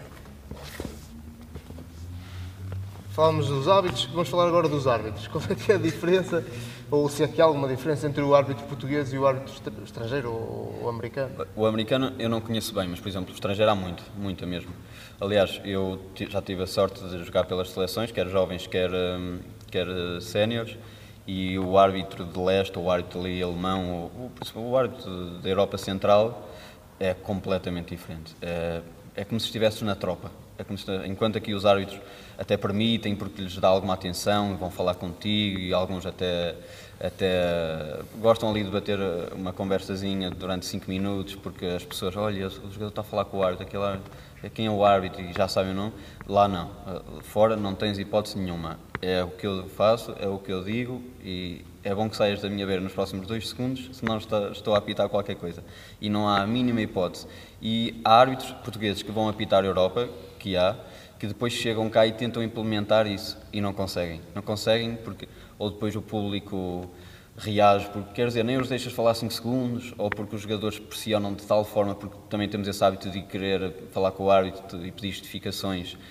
falámos dos hábitos, vamos falar agora dos árbitros. Qual é que é a diferença, ou se é que há alguma diferença entre o árbitro português e o árbitro estrangeiro ou americano? O americano eu não conheço bem, mas, por exemplo, o estrangeiro há muita mesmo. Aliás, eu já tive a sorte de jogar pelas seleções, quer jovens, quer séniores, e o árbitro de leste, ou o árbitro ali alemão, o árbitro da Europa Central é completamente diferente. É como se estivesses na tropa. Enquanto aqui os árbitros até permitem, porque lhes dá alguma atenção, vão falar contigo e alguns até gostam ali de bater uma conversazinha durante 5 minutos, porque as pessoas, olha, o jogador está a falar com o árbitro, aquele árbitro, quem é o árbitro e já sabem o nome. Lá não, fora não tens hipótese nenhuma. É o que eu faço, é o que eu digo e é bom que saias da minha beira nos próximos 2 segundos, senão estou a apitar qualquer coisa. E não há a mínima hipótese. E há árbitros portugueses que vão apitar a Europa, que depois chegam cá e tentam implementar isso e não conseguem. Não conseguem porque ou depois o público reage, porque quer dizer, nem os deixas falar 5 segundos, ou porque os jogadores pressionam de tal forma, porque também temos esse hábito de querer falar com o árbitro e pedir justificações,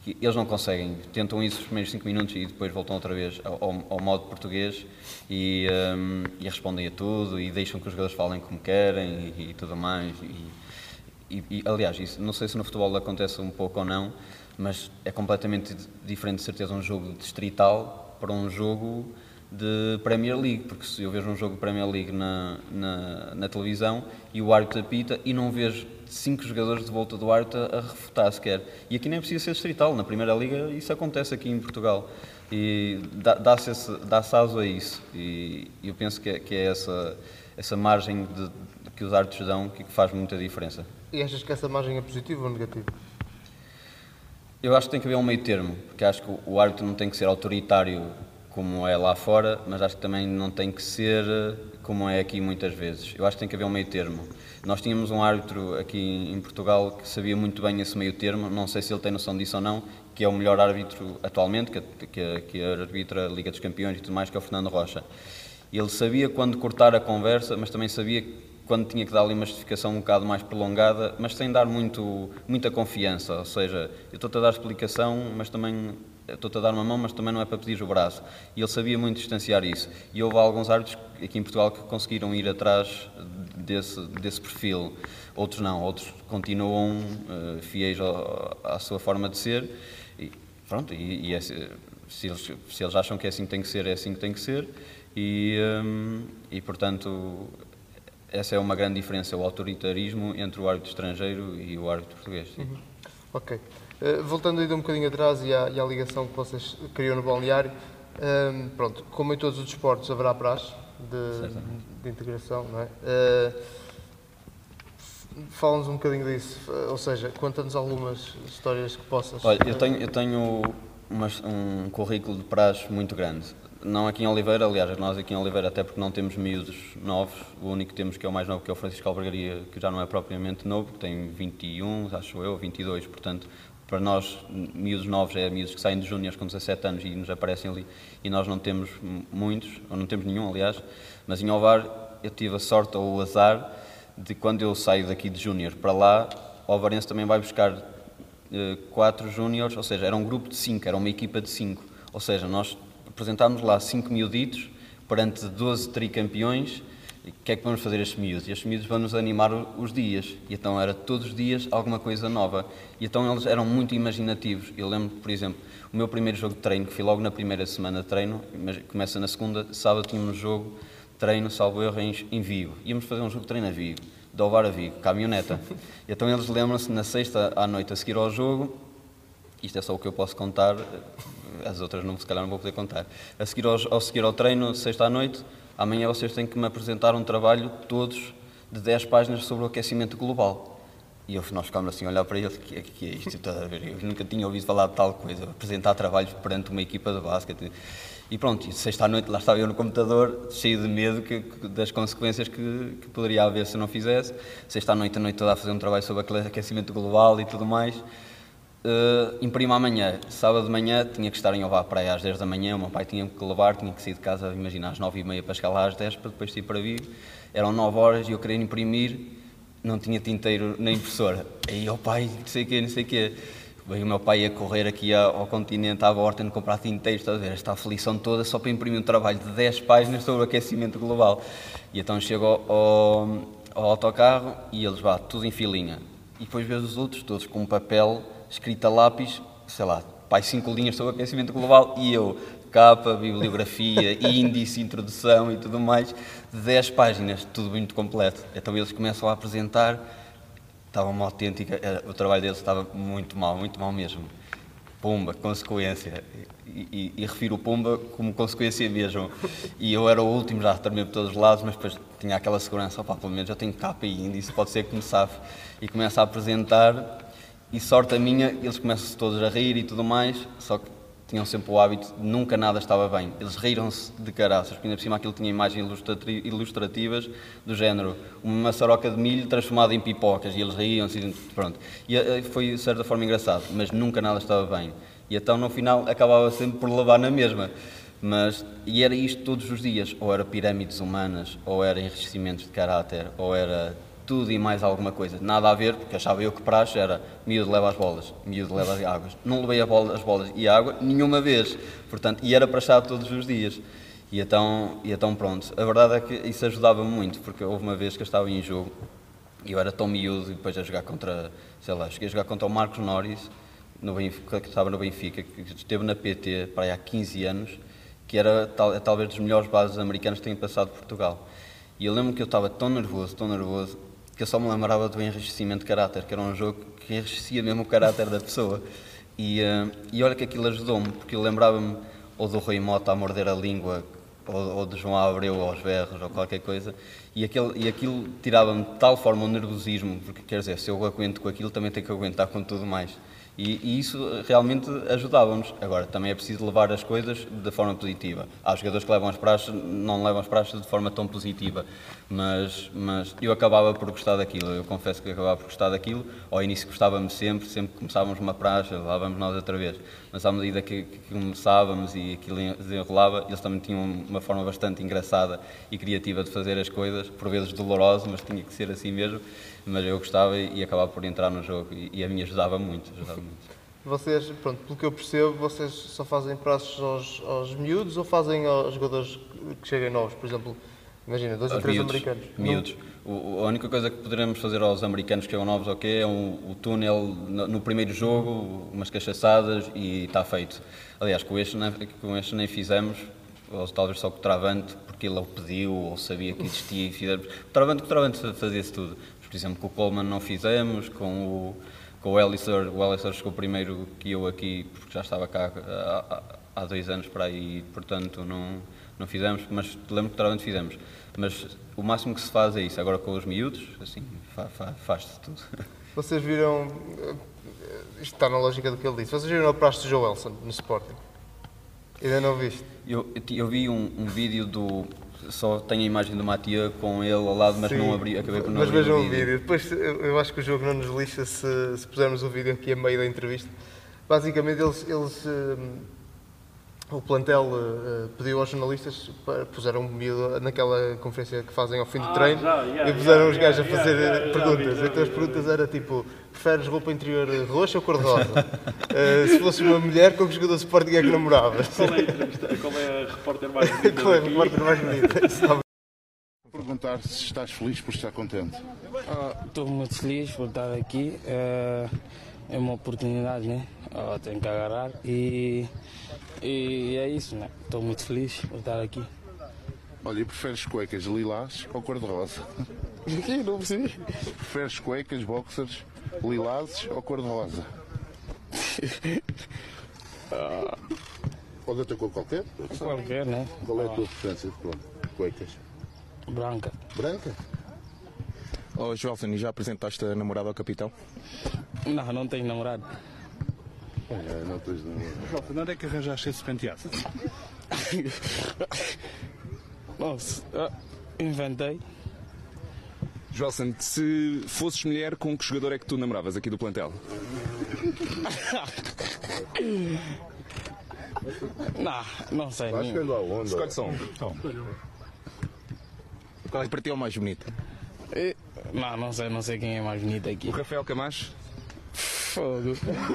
que eles não conseguem, tentam isso os primeiros 5 minutos e depois voltam outra vez ao modo português e respondem a tudo e deixam que os jogadores falem como querem e tudo mais. Aliás, isso, não sei se no futebol acontece um pouco ou não, mas é completamente diferente, de certeza, um jogo distrital para um jogo de Premier League, porque se eu vejo um jogo de Premier League na televisão e o árbitro apita e não vejo 5 jogadores de volta do árbitro a refutar sequer. E aqui nem precisa ser distrital, na Primeira Liga isso acontece aqui em Portugal e dá-se aso a isso e eu penso que é essa margem que os árbitros dão que faz muita diferença. E achas que essa margem é positiva ou negativa? Eu acho que tem que haver um meio termo, porque acho que o árbitro não tem que ser autoritário como é lá fora, mas acho que também não tem que ser como é aqui muitas vezes. Eu acho que tem que haver um meio termo. Nós tínhamos um árbitro aqui em Portugal que sabia muito bem esse meio termo, não sei se ele tem noção disso ou não, que é o melhor árbitro atualmente, que arbitra a Liga dos Campeões e tudo mais, que é o Fernando Rocha. Ele sabia quando cortar a conversa, mas também sabia quando tinha que dar ali uma justificação um bocado mais prolongada, mas sem dar muita confiança, ou seja, eu estou-te a dar explicação, mas também estou-te a dar uma mão, mas também não é para pedir o braço. E ele sabia muito distanciar isso. E houve alguns árbitros aqui em Portugal que conseguiram ir atrás desse perfil. Outros não, outros continuam fiéis à sua forma de ser. E pronto, se eles acham que é assim que tem que ser, é assim que tem que ser. E portanto, essa é uma grande diferença, o autoritarismo entre o árbitro estrangeiro e o árbitro português. Sim. Ok. Voltando ainda um bocadinho atrás e à ligação que vocês criam no balneário, pronto, como em todos os desportos haverá praxe de integração, não é? Fala-nos um bocadinho disso, ou seja, conta-nos algumas histórias que possas... Olha, eu tenho um currículo de praxe muito grande. Não aqui em Oliveira, aliás, nós aqui em Oliveira, até porque não temos miúdos novos, o único que temos que é o mais novo, que é o Francisco Albergaria, que já não é propriamente novo, que tem 21, acho eu, 22, portanto, para nós, miúdos novos, é miúdos que saem de júniores com 17 anos e nos aparecem ali, e nós não temos muitos, ou não temos nenhum, aliás, mas em Ovar eu tive a sorte ou o azar de quando eu saio daqui de júnior para lá, o Ovarense também vai buscar 4 júniores, ou seja, era um grupo de 5, era uma equipa de 5, ou seja, nós apresentámos lá 5 miuditos perante 12 tricampeões. E o que é que vamos fazer a estes miúdos? E estes miúdos vão-nos animar os dias. E então era todos os dias alguma coisa nova. E então eles eram muito imaginativos. Eu lembro, por exemplo, o meu primeiro jogo de treino, que fui logo na primeira semana de treino, começa na segunda, sábado tínhamos um jogo de treino, salvo erro, em Vigo. Íamos fazer um jogo de treino a Vigo, de Ovar a Vigo, caminhoneta. E então eles lembram-se, na sexta à noite a seguir ao jogo, isto é só o que eu posso contar, as outras se calhar não vou poder contar. A seguir ao treino, sexta à noite, amanhã vocês têm que me apresentar um trabalho, todos, de 10 páginas sobre o aquecimento global. E nós ficámos assim a olhar para eles, o que é isto? Eu nunca tinha ouvido falar de tal coisa, apresentar trabalhos perante uma equipa de basquete. E pronto, sexta à noite lá estava eu no computador, cheio de medo das consequências que poderia haver se eu não fizesse. Sexta à noite, a noite toda a fazer um trabalho sobre aquecimento global e tudo mais. Imprimo amanhã, sábado de manhã tinha que estar em Ovar Praia às 10 da manhã, o meu pai tinha que levar, tinha que sair de casa, imagina, às 9h30 para chegar lá às 10 para depois ir para Vigo, eram 9 horas e eu queria imprimir, não tinha tinteiro na impressora, aí o pai, não sei o quê, veio o meu pai a correr aqui ao continente, à Vorten, comprar tinteiros, estás a ver, esta aflição toda só para imprimir um trabalho de 10 páginas sobre o aquecimento global, e então chego ao autocarro e eles vão tudo em filinha, e depois vejo os outros todos com um papel escrito a lápis, sei lá, 5 linhas sobre o aquecimento global e eu, capa, bibliografia, índice, introdução e tudo mais, de 10 páginas, tudo muito completo. Então eles começam a apresentar, estava uma autêntica, o trabalho deles estava muito mal mesmo. Pumba, consequência. E refiro o Pumba como consequência mesmo. E eu era o último já a tremer por todos os lados, mas depois tinha aquela segurança, pelo menos eu tenho capa e índice, pode ser que me safe. E começa a apresentar. E sorte a minha, eles começam-se todos a rir e tudo mais, só que tinham sempre o hábito de nunca nada estava bem. Eles riram-se de caraças, porque ainda por cima aquilo tinha imagens ilustrativas do género, uma maçaroca de milho transformada em pipocas, e eles riam-se e pronto. E foi de certa forma engraçado, mas nunca nada estava bem. E então no final acabava sempre por levar na mesma. E era isto todos os dias, ou era pirâmides humanas, ou era enriquecimentos de caráter, ou era tudo e mais alguma coisa. Nada a ver, porque achava eu que praxe era miúdo leva as bolas, miúdo leva as águas. Não levei as bolas e a água nenhuma vez, portanto, e era praxado todos os dias. E então pronto. A verdade é que isso ajudava-me muito, porque houve uma vez que eu estava em jogo e eu era tão miúdo e depois a jogar contra, sei lá, cheguei a jogar contra o Marcos Norris, no Benfica, que estava no Benfica, que esteve na PT para aí há 15 anos, que era talvez dos melhores bases americanos que têm passado por Portugal. E eu lembro que eu estava tão nervoso, que eu só me lembrava do enrijecimento de caráter, que era um jogo que enrijecia mesmo o caráter da pessoa. E olha que aquilo ajudou-me, porque eu lembrava-me ou do Rui Mota a morder a língua, ou de João Abreu aos berros, ou qualquer coisa, e aquilo tirava-me de tal forma o nervosismo, porque quer dizer, se eu aguento com aquilo, também tenho que aguentar com tudo mais. E isso realmente ajudava-nos. Agora, também é preciso levar as coisas de forma positiva. Há jogadores que levam as praxes, não levam as praxes de forma tão positiva, mas eu acabava por gostar daquilo, eu confesso que acabava por gostar daquilo. Ao início gostava-me sempre que começávamos uma praxe, lá vamos nós outra vez. Mas à medida que começávamos e aquilo desenrolava, eles também tinham uma forma bastante engraçada e criativa de fazer as coisas, por vezes dolorosa, mas tinha que ser assim mesmo. Mas eu gostava e acabava por entrar no jogo e a mim ajudava muito. Vocês, pronto, pelo que eu percebo, vocês só fazem praxes aos miúdos ou fazem aos jogadores que cheguem novos? Por exemplo, imagina, 2 ou 3 americanos. Miúdos. A única coisa que poderemos fazer aos americanos que chegam novos, é o túnel no primeiro jogo, umas cachaçadas e está feito. Aliás, com este nem fizemos, ou talvez só com o Travante, porque ele o pediu ou sabia que existia e fizemos. O Travante fazia-se tudo. Por exemplo, com o Coleman não fizemos, com o Ellisor chegou primeiro que eu aqui, porque já estava cá há 2 anos para aí, portanto não fizemos, mas lembro que claramente fizemos. Mas o máximo que se faz é isso. Agora com os miúdos, assim, faz-se tudo. Vocês viram, isto está na lógica do que ele disse, vocês viram a praxe do Joe Wilson no Sporting? Ainda não viste? Eu vi um vídeo só tenho a imagem do Matia com ele ao lado, mas não abri, acabei por não abrir. Mas vejam o vídeo. Depois eu acho que o jogo não nos lixa se pusermos o vídeo aqui a meio da entrevista. Basicamente o plantel pediu aos jornalistas, puseram um miúdo naquela conferência que fazem ao fim do treino e puseram os gajos a fazer perguntas. Então as perguntas eram tipo, preferes roupa interior roxa ou cor-de-rosa? Se fosse uma mulher, com que jogador de Sporting é que namoravas? Qual é a entrevista? Qual é a repórter mais bonita? Qual é a repórter mais bonita? Vou perguntar se estás feliz por estar contente. Estou muito feliz por estar aqui. É uma oportunidade, né? Tenho que agarrar e é isso, né? Estou muito feliz por estar aqui. Olha, e preferes cuecas lilás ou cor-de-rosa? Não percebi. Preferes cuecas, boxers, lilazes ou cor-de-rosa? Pode ter cor qualquer? Qualquer, né? Qual é a tua preferência de cor? Cuecas? Branca. Branca? Oh, Joelson, e já apresentaste a namorada ao capitão? Não tenho namorado. Não tens namorado. João, onde é que arranjaste esse penteado? Nossa, inventei. Joelson, se fosses mulher, com que jogador é que tu namoravas aqui do plantel? Não sei. Acho que ando à onda. Escolhe só um. Qual é que para ti é o mais bonito? Não sei quem é mais bonito aqui. O Rafael Camacho? Fogo.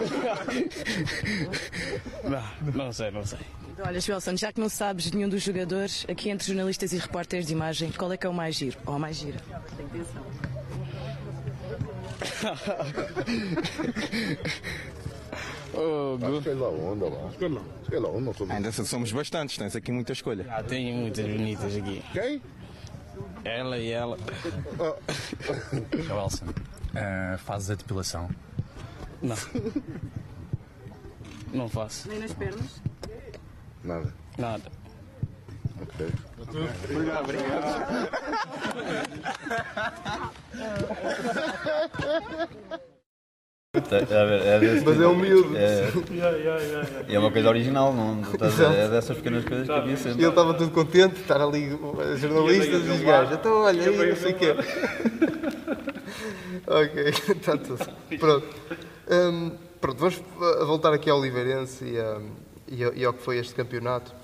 Não sei. Então, olha, Joelson, já que não sabes nenhum dos jogadores, aqui entre jornalistas e repórteres de imagem, qual é que é o mais giro? Ou a mais gira? Tem atenção. Acho que ando à onda lá. Sei lá, não sou... Ainda somos bastantes, tens aqui muita escolha. Tenho muitas bonitas aqui. Quem? Ela e ela. Joelson, fazes a depilação? Não. Não faço. Nem nas pernas? Nada. Nada. Ok. Obrigado. Mas é um miúdo. É uma coisa original, não estás a ver? É dessas pequenas coisas que havia sempre. E ele estava tudo contente de estar ali, os jornalistas e os gajos. Então, olha aí, não sei o quê. Ok, está tudo. Pronto. Pronto, vamos voltar aqui ao Oliveirense e ao que foi este campeonato.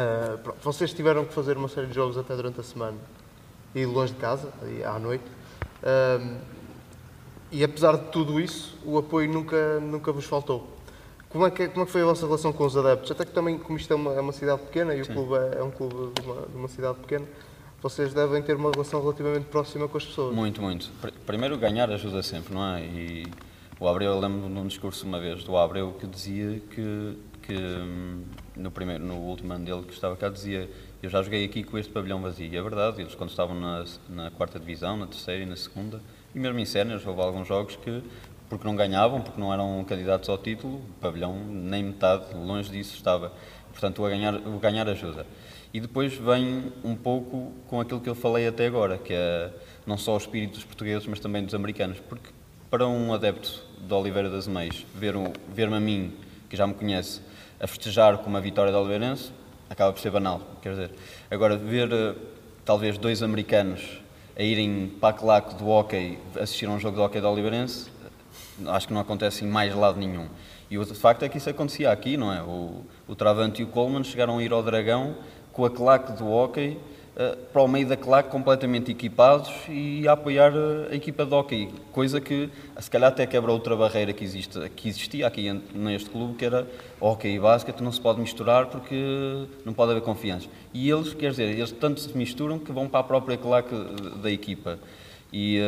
Pronto, vocês tiveram que fazer uma série de jogos até durante a semana e longe de casa, à noite. E apesar de tudo isso, o apoio nunca vos faltou. Como é que foi a vossa relação com os adeptos? Até que também, como isto é uma cidade pequena e o clube é um clube de uma cidade pequena, vocês devem ter uma relação relativamente próxima com as pessoas. Muito, muito. Primeiro, ganhar ajuda sempre, não é? E o Abreu, eu lembro num discurso uma vez do Abreu que dizia que no último ano dele que estava cá, dizia: eu já joguei aqui com este pavilhão vazio. E é verdade, eles quando estavam na quarta divisão, na terceira e na segunda, e mesmo em séniores, houve alguns jogos que, porque não ganhavam, porque não eram candidatos ao título, o pavilhão nem metade, longe disso estava. Portanto, o ganhar ajuda. E depois vem um pouco com aquilo que eu falei até agora, que é não só o espírito dos portugueses, mas também dos americanos. Porque para um adepto de Oliveira das Meias, ver-me a mim, que já me conhece, a festejar com uma vitória de Oliveirense, acaba por ser banal. Quer dizer, agora ver talvez dois americanos a irem para a claque do hóquei assistir a um jogo de hóquei de Oliveirense, acho que não acontece em mais lado nenhum. E o facto é que isso acontecia aqui, não é? O Travante e o Coleman chegaram a ir ao Dragão com a claque do hóquei para o meio da claque completamente equipados e a apoiar a equipa de hóquei, coisa que se calhar até quebra outra barreira que existia aqui neste clube, que era hóquei e basquete, não se pode misturar porque não pode haver confiança. E eles, quer dizer, eles tanto se misturam que vão para a própria claque da equipa. E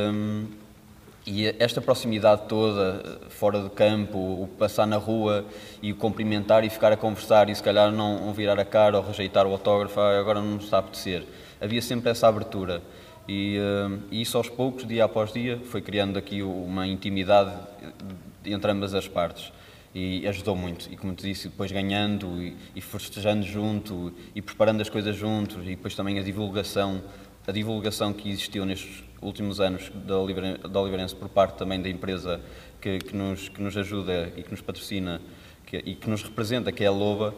esta proximidade toda, fora do campo, o passar na rua e o cumprimentar e ficar a conversar e se calhar não virar a cara ou rejeitar o autógrafo, agora não nos está a apetecer. Havia sempre essa abertura e isso aos poucos, dia após dia, foi criando aqui uma intimidade entre ambas as partes e ajudou muito. E como te disse, depois ganhando e festejando junto e preparando as coisas juntos e depois também a divulgação que existiu nestes últimos anos da Oliveirense por parte também da empresa que nos ajuda e que nos patrocina e que nos representa, que é a Loba,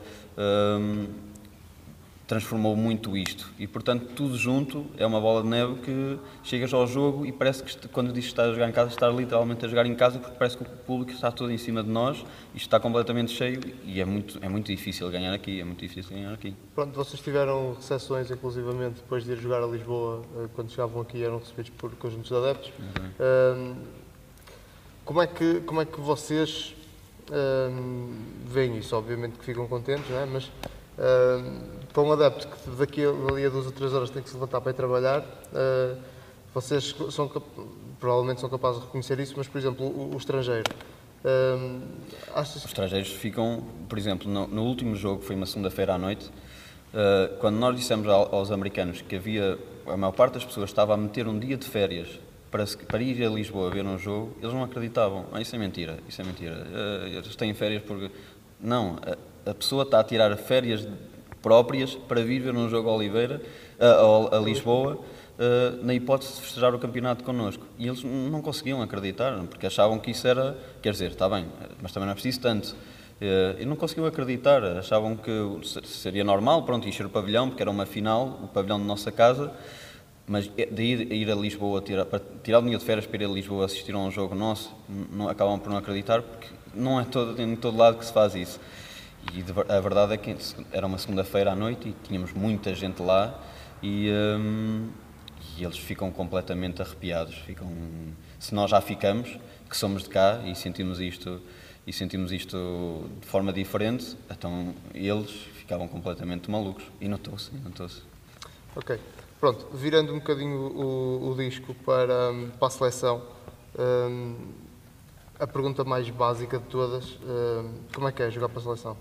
transformou muito isto. E, portanto, tudo junto é uma bola de neve que chegas ao jogo e parece que, quando dizes que estás a jogar em casa, estás literalmente a jogar em casa, porque parece que o público está todo em cima de nós, isto está completamente cheio e é muito difícil ganhar aqui, Pronto, vocês tiveram recepções, inclusivamente, depois de ir jogar a Lisboa, quando chegavam aqui eram recebidos por conjuntos de adeptos. Como é que vocês veem isso? Obviamente que ficam contentes, não é? Mas para um adepto que daqui a 2 ou 3 horas tem que se levantar para ir trabalhar, vocês provavelmente são capazes de reconhecer isso, mas, por exemplo, o estrangeiro. Os estrangeiros ficam, por exemplo, no último jogo, foi uma segunda-feira à noite, quando nós dissemos aos americanos que a maior parte das pessoas estava a meter um dia de férias para ir a Lisboa ver um jogo, eles não acreditavam. Isso é mentira. Eles têm férias porque... Não, a pessoa está a tirar férias próprias para vir ver um jogo a Lisboa, na hipótese de festejar o campeonato connosco. E eles não conseguiam acreditar, porque achavam que isso era... Quer dizer, está bem, mas também não é preciso tanto. E não conseguiam acreditar, achavam que seria normal, pronto, encher o pavilhão, porque era uma final, o pavilhão de nossa casa, mas de ir a Lisboa, tirar o dinheiro de férias para ir a Lisboa assistir a um jogo nosso, acabam por não acreditar, porque não é em todo lado que se faz isso. E a verdade é que era uma segunda-feira à noite e tínhamos muita gente lá e eles ficam completamente arrepiados. Se nós já ficamos, que somos de cá e sentimos isto de forma diferente, então eles ficavam completamente malucos e notou-se. Ok. Pronto, virando um bocadinho o disco para a seleção, a pergunta mais básica de todas, como é que é jogar para a seleção?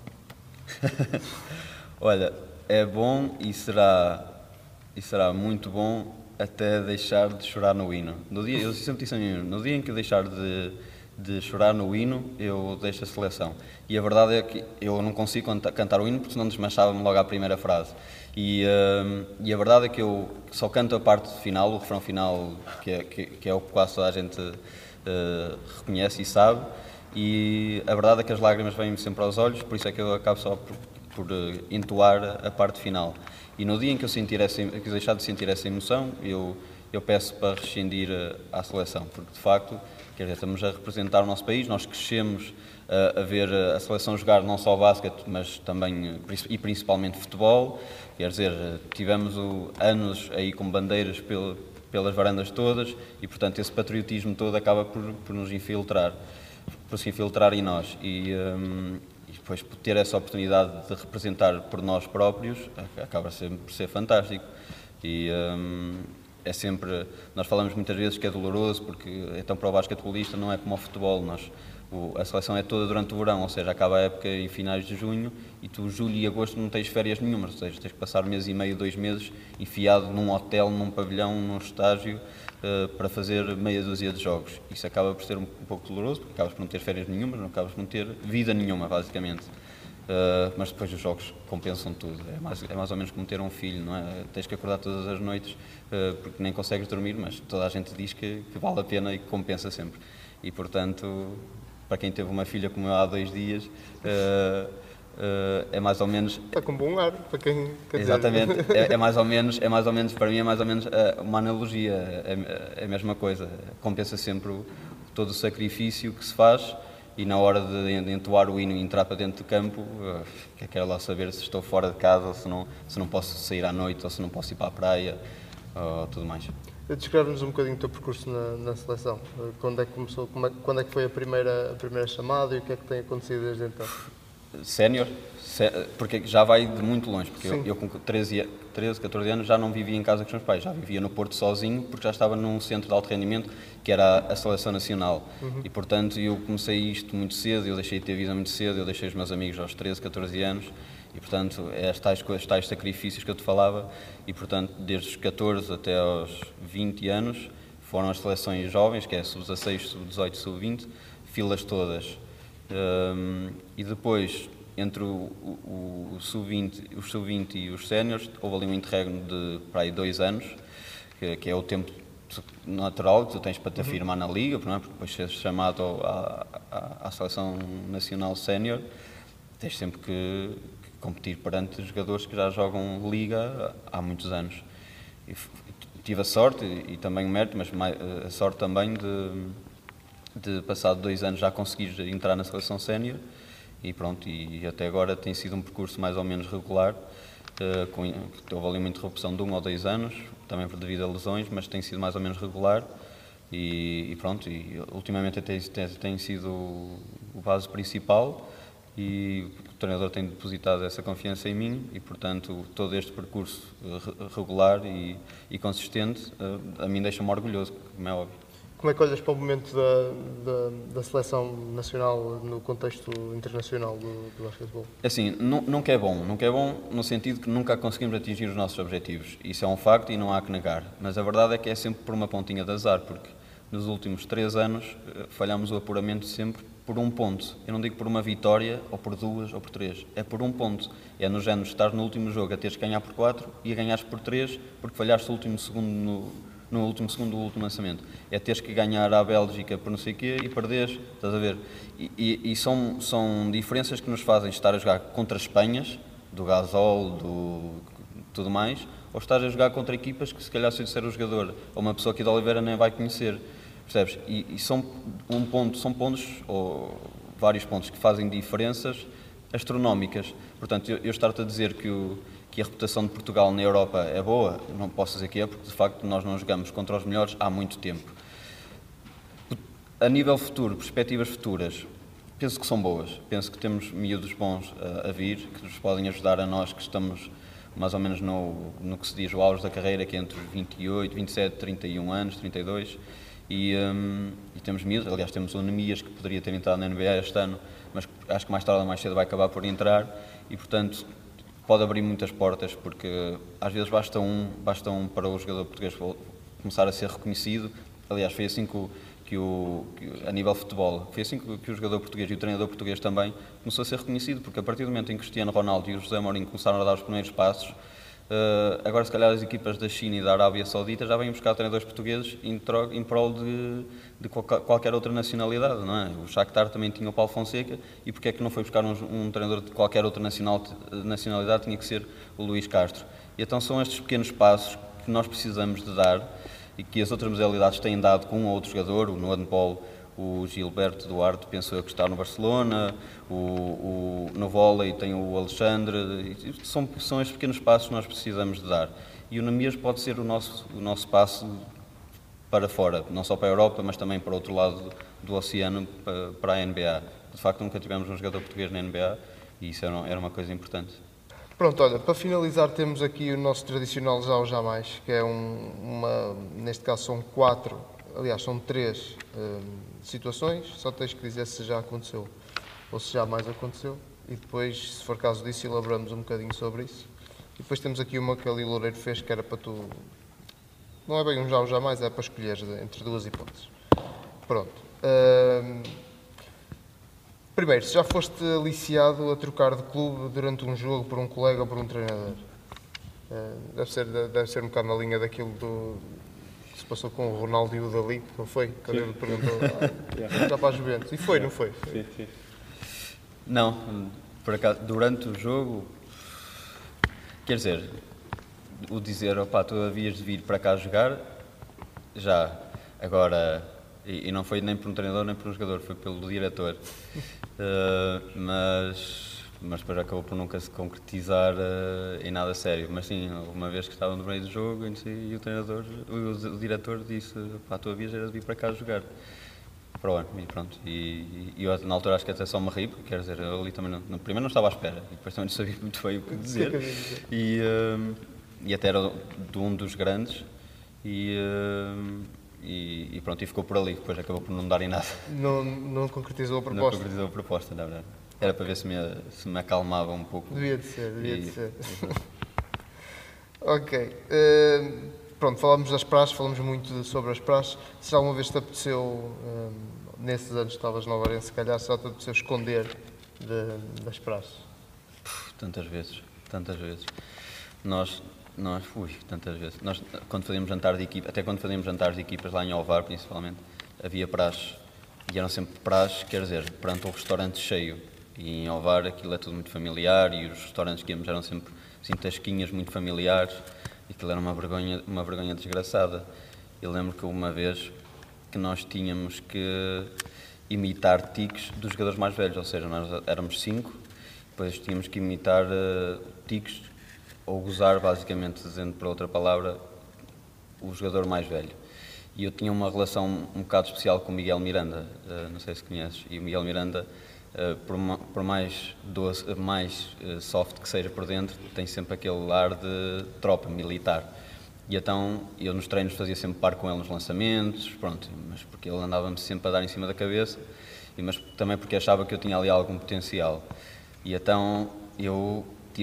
Olha, é bom e será muito bom até deixar de chorar no hino. Eu sempre disse a mim, no dia em que eu deixar de chorar no hino, eu deixo a seleção. E a verdade é que eu não consigo cantar o hino porque senão desmanchava-me logo à primeira frase. E a verdade é que eu só canto a parte final, o refrão final, que é o que quase toda a gente reconhece e sabe, e a verdade é que as lágrimas vêm-me sempre aos olhos, por isso é que eu acabo só por entoar a parte final. E no dia em que eu deixar de sentir essa emoção, eu peço para rescindir à seleção, porque de facto, quer dizer, estamos a representar o nosso país, nós crescemos a ver a seleção jogar não só basquete, mas também e principalmente futebol, quer dizer, tivemos anos aí com bandeiras pelas varandas todas e, portanto, esse patriotismo todo acaba por nos infiltrar, por se infiltrar em nós. E depois ter essa oportunidade de representar por nós próprios acaba sempre por ser fantástico. E é sempre, nós falamos muitas vezes que é doloroso porque então para o basquetebolista não é como o futebol, a seleção é toda durante o verão, ou seja, acaba a época em finais de junho e tu julho e agosto não tens férias nenhumas, ou seja, tens que passar 1,5 mês, 2 meses enfiado num hotel, num pavilhão, num estágio para fazer meia dúzia de jogos. Isso acaba por ser um pouco doloroso porque acabas por não ter férias nenhumas, não acabas por não ter vida nenhuma, basicamente. Mas depois os jogos compensam tudo. É mais ou menos como ter um filho, não é? Tens que acordar todas as noites porque nem consegues dormir, mas toda a gente diz que vale a pena e que compensa sempre. E, portanto, para quem teve uma filha como eu há 2 dias, é mais ou menos... Está com bom ar, para quem quer dizer. Exatamente, é mais ou menos, para mim é mais ou menos uma analogia, é a mesma coisa. Compensa sempre todo o sacrifício que se faz. E na hora de entoar o hino e entrar para dentro do campo, quero lá saber se estou fora de casa, ou se não posso sair à noite, ou se não posso ir para a praia, ou tudo mais. Descreve-nos um bocadinho o teu percurso na seleção. Quando é que começou? Quando é que foi a primeira chamada e o que é que tem acontecido desde então? Sénior, porque já vai de muito longe, porque eu com 13, 14 anos já não vivia em casa com os meus pais, já vivia no Porto sozinho, porque já estava num centro de alto rendimento, que era a Seleção Nacional. E, portanto, eu comecei isto muito cedo, eu deixei de ter vida muito cedo, eu deixei os meus amigos aos 13, 14 anos, e, portanto, é as tais sacrifícios que eu te falava, e, portanto, desde os 14 até aos 20 anos, foram as seleções jovens, que é sub-16, sub-18, sub-20, filas todas. E depois, entre o sub-20, os sub-20 e os séniores, houve ali um interregno de para aí 2 anos, que é o tempo natural que tu tens para te afirmar na liga, porque depois seres chamado à seleção nacional sénior, tens sempre que competir perante jogadores que já jogam liga há muitos anos. E tive a sorte e também o mérito, mas a sorte também de passado 2 anos já conseguir entrar na seleção sénior e pronto, e até agora tem sido um percurso mais ou menos regular, houve ali uma interrupção de 1 ou 2 anos, também devido a lesões, mas tem sido mais ou menos regular e pronto, e ultimamente tem sido o base principal e o treinador tem depositado essa confiança em mim e, portanto, todo este percurso regular e consistente a mim deixa-me orgulhoso, como é óbvio. Como é que olhas para o momento da seleção nacional no contexto internacional do basquetebol? Assim, nunca é bom no sentido que nunca conseguimos atingir os nossos objetivos. Isso é um facto e não há que negar. Mas a verdade é que é sempre por uma pontinha de azar, porque nos últimos 3 anos falhamos o apuramento sempre por 1 ponto. Eu não digo por uma vitória, ou por 2, ou por 3. É por 1 ponto. É no género de estar no último jogo a teres que ganhar por 4 e a ganhares por 3 porque falhaste o último segundo no último segundo do último lançamento. É teres que ganhar à Bélgica por não sei o quê e perderes, estás a ver? E são diferenças que nos fazem estar a jogar contra Espanhas, do Gasol, tudo mais, ou estar a jogar contra equipas que se calhar se eu disser o jogador ou uma pessoa aqui de Oliveira nem vai conhecer, percebes? E são são pontos, ou vários pontos que fazem diferenças astronómicas. Portanto, eu estar-te a dizer que a reputação de Portugal na Europa é boa, não posso dizer que é, porque de facto nós não jogamos contra os melhores há muito tempo. A nível futuro, perspectivas futuras, penso que são boas. Penso que temos miúdos bons a vir, que nos podem ajudar a nós que estamos mais ou menos no que se diz o auge da carreira, que é entre os 28, 27, 31 anos, 32. E temos miúdos, aliás temos o Nemias que poderia ter entrado na NBA este ano, mas acho que mais tarde ou mais cedo vai acabar por entrar e, portanto, pode abrir muitas portas, porque às vezes basta um para o jogador português começar a ser reconhecido. Aliás, foi assim que a nível de futebol, foi assim que o jogador português e o treinador português também começou a ser reconhecido, porque a partir do momento em que Cristiano Ronaldo e o José Mourinho começaram a dar os primeiros passos, agora se calhar as equipas da China e da Arábia Saudita já vêm buscar treinadores portugueses em prol de qualquer outra nacionalidade, não é? O Shakhtar também tinha o Paulo Fonseca e porque é que não foi buscar um treinador de qualquer outra nacionalidade, tinha que ser o Luís Castro. E então são estes pequenos passos que nós precisamos de dar e que as outras modalidades têm dado com um ou outro jogador, no handball o Gilberto Duarte, penso eu que está no Barcelona, no vôlei tem o Alexandre, são estes pequenos passos que nós precisamos de dar. E o Nemias pode ser o nosso passo para fora, não só para a Europa, mas também para o outro lado do oceano, para a NBA. De facto, nunca tivemos um jogador português na NBA e isso era uma coisa importante. Pronto, olha, para finalizar temos aqui o nosso tradicional já ou jamais, que é neste caso são 4, aliás são 3 situações, só tens que dizer se já aconteceu ou se jamais aconteceu e depois, se for caso disso, elaboramos um bocadinho sobre isso. E depois temos aqui uma que a Lili Loureiro fez, que era para tu... Não é bem um já ou jamais, é para escolheres entre 2 hipóteses. Pronto. Primeiro, se já foste aliciado a trocar de clube durante um jogo por um colega ou por um treinador? Deve ser um bocado na linha daquilo que se passou com o Ronaldo e o Dali, não foi? Quando ele perguntou já para a Juventus. E foi, não foi? Sim. Não, por acaso, durante o jogo, quer dizer, o dizer, opá, tu havias de vir para cá jogar, já, agora, e não foi nem por um treinador nem por um jogador, foi pelo diretor, mas depois acabou por nunca se concretizar em nada sério, mas sim, uma vez que estava no meio do jogo e o diretor disse, opá, tu havias de vir para cá jogar. Para o ano, e pronto. E eu na altura acho que até só me ri, porque quer dizer, eu ali também primeiro não estava à espera, e depois também não sabia muito bem o que dizer. E até era de um dos grandes, e pronto, e ficou por ali, depois acabou por não dar em nada. Não concretizou a proposta? Não concretizou a proposta, na verdade. Era para ver se me acalmava um pouco. Devia de ser. Ok. Pronto, falámos das praxes, falamos muito sobre as praxes. Se alguma vez te apeteceu, nesses anos que estavas no Alvarense, se calhar, se te apeteceu esconder das praxes? Tantas vezes. Tantas vezes, Nós, quando fazíamos jantar de equipa, até quando fazíamos jantares de equipas lá em Ovar, principalmente, havia praxes, e eram sempre praxes, quer dizer, perante um restaurante cheio. E em Ovar aquilo é tudo muito familiar, e os restaurantes que íamos eram sempre assim, tasquinhas muito familiares. Aquilo era uma vergonha desgraçada. Eu lembro que uma vez que nós tínhamos que imitar tiques dos jogadores mais velhos, ou seja, nós éramos 5, depois tínhamos que imitar tiques ou gozar, basicamente, dizendo para outra palavra, o jogador mais velho. E eu tinha uma relação um bocado especial com o Miguel Miranda, não sei se conheces, e o Miguel Miranda, por mais doce, mais soft que seja por dentro, tem sempre aquele ar de tropa militar. E então eu nos treinos fazia sempre par com ele nos lançamentos, pronto, mas porque ele andava-me sempre a dar em cima da cabeça, mas também porque achava que eu tinha ali algum potencial. E então eu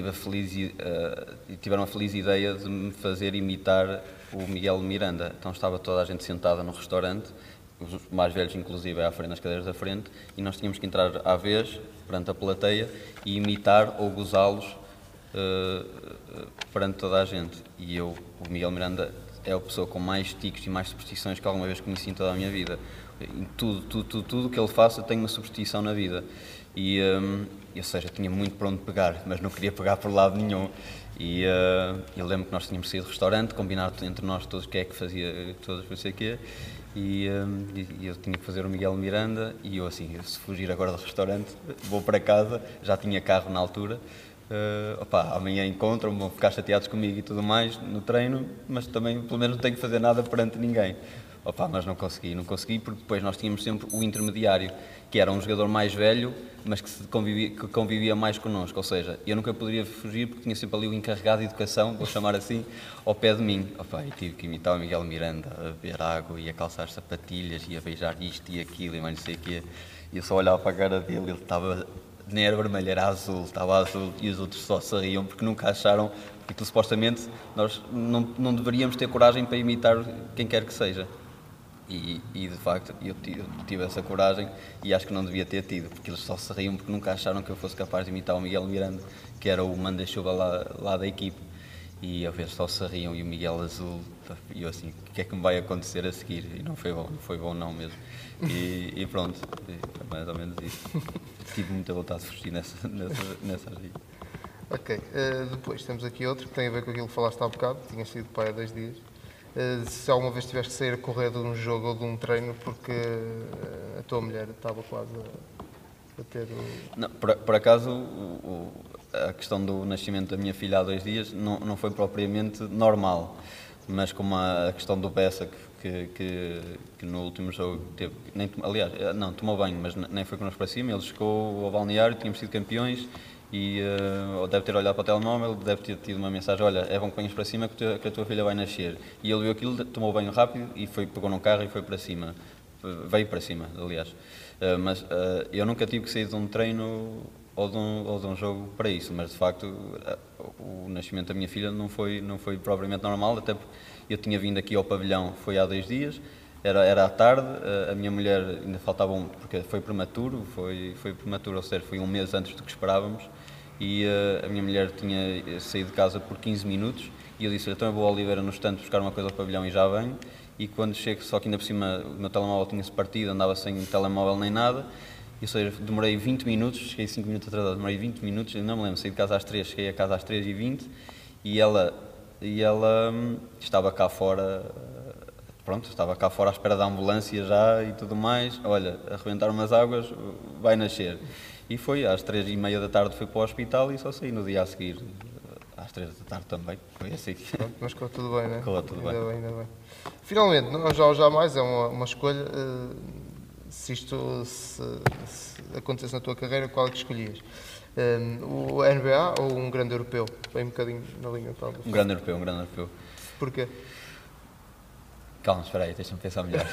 tiveram a feliz ideia de me fazer imitar o Miguel Miranda. Então estava toda a gente sentada no restaurante, os mais velhos inclusive à frente, nas cadeiras da frente, e nós tínhamos que entrar à vez, perante a plateia, e imitar ou gozá-los perante toda a gente. E o Miguel Miranda é a pessoa com mais tiques e mais superstições que alguma vez conheci em toda a minha vida. Em tudo que ele faça tem uma superstição na vida. E, ou seja, tinha muito para onde pegar, mas não queria pegar por lado nenhum. E eu lembro que nós tínhamos saído do restaurante, combinado entre nós todos quem é que fazia, todos não sei o quê, e eu tinha que fazer o Miguel Miranda, e eu assim, se fugir agora do restaurante, vou para casa, já tinha carro na altura, amanhã encontram-me, vão ficar chateados comigo e tudo mais no treino, mas também pelo menos não tenho que fazer nada perante ninguém. Mas não consegui porque depois nós tínhamos sempre o intermediário, que era um jogador mais velho, mas que convivia mais connosco, ou seja, eu nunca poderia fugir porque tinha sempre ali o encarregado de educação, vou chamar assim, ao pé de mim. E tive que imitar o Miguel Miranda, a beber água e a calçar sapatilhas e a beijar isto e aquilo e mais não sei o quê. E eu só olhava para a cara dele, ele estava, nem era vermelho, era azul, estava azul, e os outros só se riam porque nunca acharam que supostamente nós não deveríamos ter coragem para imitar quem quer que seja. E de facto eu tive essa coragem e acho que não devia ter tido, porque eles só se riam porque nunca acharam que eu fosse capaz de imitar o Miguel Miranda, que era o manda-chuva lá da equipe. E a ver, só se riam, e o Miguel azul, e eu assim, o que é que me vai acontecer a seguir? E não foi bom não mesmo. E pronto, foi mais ou menos isso. Tive muita vontade de fugir nessa aí. Ok, depois temos aqui outro que tem a ver com aquilo que falaste há bocado, tinhas sido pai há 2 dias. Se alguma vez tiveste que sair a correr de um jogo ou de um treino porque a tua mulher estava quase a ter o... Não, por acaso, a questão do nascimento da minha filha há 2 dias não foi propriamente normal, mas como a questão do Bessa, que que no último jogo teve, aliás, não, tomou banho, mas nem foi connosco para cima, ele chegou ao balneário, tínhamos sido campeões e deve ter olhado para o telemóvel, deve ter tido uma mensagem, olha, é bom que venhas para cima que a tua filha vai nascer. E ele viu aquilo, tomou banho rápido e pegou num carro e foi para cima, veio para cima, aliás. Mas eu nunca tive que sair de um treino ou de um jogo para isso, mas de facto o nascimento da minha filha não foi propriamente normal, até porque eu tinha vindo aqui ao pavilhão, foi há 2 dias, era à tarde, a minha mulher ainda faltava porque foi prematuro, ou seja, foi 1 mês antes do que esperávamos, e a minha mulher tinha saído de casa por 15 minutos, e eu disse, então eu vou ao Oliveira no estante buscar uma coisa ao pavilhão e já venho, e quando chego, só que ainda por cima o meu telemóvel tinha-se partido, andava sem telemóvel nem nada, ou seja, demorei 20 minutos, cheguei 5 minutos atrasado, demorei 20 minutos, não me lembro, saí de casa às 3, cheguei a casa às 3h20 e ela estava cá fora, pronto, estava cá fora à espera da ambulância já e tudo mais, olha, arrebentaram as águas, vai nascer. E foi, às 3h30 da tarde fui para o hospital e só saí no dia a seguir, às 3 da tarde também, foi assim. Pronto, mas correu tudo bem, não é? Correu tudo bem. Ainda bem. Finalmente, não já ou jamais, é uma escolha. Se isto se acontecesse na tua carreira, qual é que escolhias? O NBA ou um grande europeu? Bem um bocadinho na linha. Um grande europeu. Porquê? Calma, espera aí, deixa-me pensar melhor.